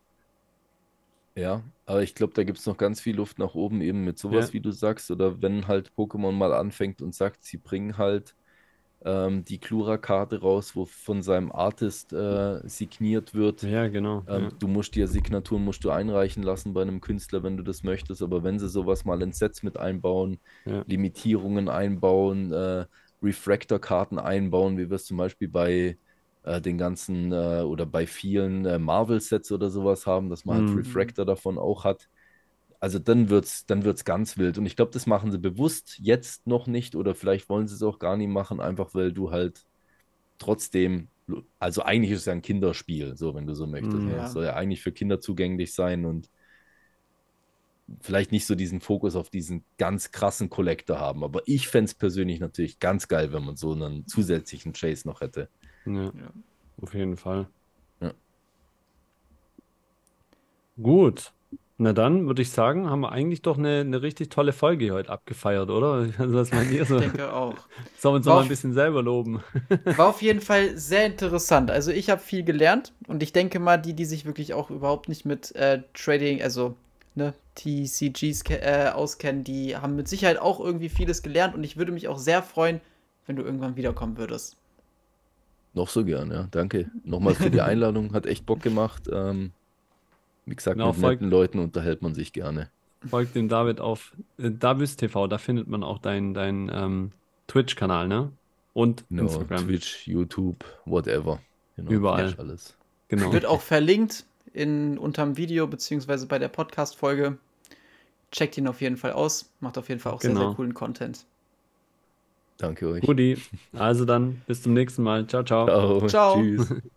Ja, aber ich glaube, da gibt es noch ganz viel Luft nach oben, eben mit
Ja,
sowas, wie du sagst. Oder wenn halt Pokémon mal anfängt und sagt, sie bringen halt ähm, die Klura-Karte raus, wo von seinem Artist äh, signiert wird.
ja, genau.
Ähm,
Ja,
du musst dir Signaturen musst du einreichen lassen bei einem Künstler, wenn du das möchtest. Aber wenn sie sowas mal in Sets mit einbauen,
ja.
Limitierungen einbauen, äh, Refractor-Karten einbauen, wie wir es zum Beispiel bei äh, den ganzen äh, oder bei vielen äh, Marvel-Sets oder sowas haben, dass man halt
Mhm.
Mhm.
Refractor davon auch hat. Also dann wird's, dann wird's ganz wild. Und ich glaube, das machen sie bewusst jetzt noch nicht oder vielleicht wollen sie es auch gar nicht machen, einfach weil du halt trotzdem, also eigentlich ist es ja ein Kinderspiel, so wenn du so möchtest. Ne? Es
Ja.
soll ja eigentlich für Kinder zugänglich sein und vielleicht nicht so diesen Fokus auf diesen ganz krassen Collector haben. Aber ich fände es persönlich natürlich ganz geil, wenn man so einen zusätzlichen Chase noch hätte.
Ja,
Ja.
auf jeden Fall.
Ja.
Gut. Na dann würde ich sagen, haben wir eigentlich doch eine, eine richtig tolle Folge heute abgefeiert, oder? Also was meint ihr
Ich
so?
denke auch.
Sollen wir uns noch
War
mal ein
auf,
bisschen selber loben?
war auf jeden Fall sehr interessant. Also ich habe viel gelernt und ich denke mal, die, die sich wirklich auch überhaupt nicht mit äh, Trading, also ne, T C Gs ke- äh, auskennen, die haben mit Sicherheit auch irgendwie vieles gelernt und ich würde mich auch sehr freuen, wenn du irgendwann wiederkommen würdest.
Noch so gern, ja. Danke. Nochmal für die Einladung. Hat echt Bock gemacht. Ähm, wie gesagt,
Genau,
mit
folgt,
netten Leuten unterhält man sich gerne.
folgt dem David auf äh, Davis T V, da findet man auch deinen dein, ähm, Twitch-Kanal, ne? Und
Genau,
Instagram.
Twitch, YouTube, whatever. Genau,
Überall.
findest alles.
Genau.
Wird auch verlinkt in, unterm Video beziehungsweise bei der Podcast-Folge. checkt ihn auf jeden Fall aus. Macht auf jeden Fall auch sehr, sehr
Genau.
coolen Content.
Danke euch.
Guti. Also dann, bis zum nächsten Mal. Ciao, ciao.
Ciao.
Ciao.
Tschüss.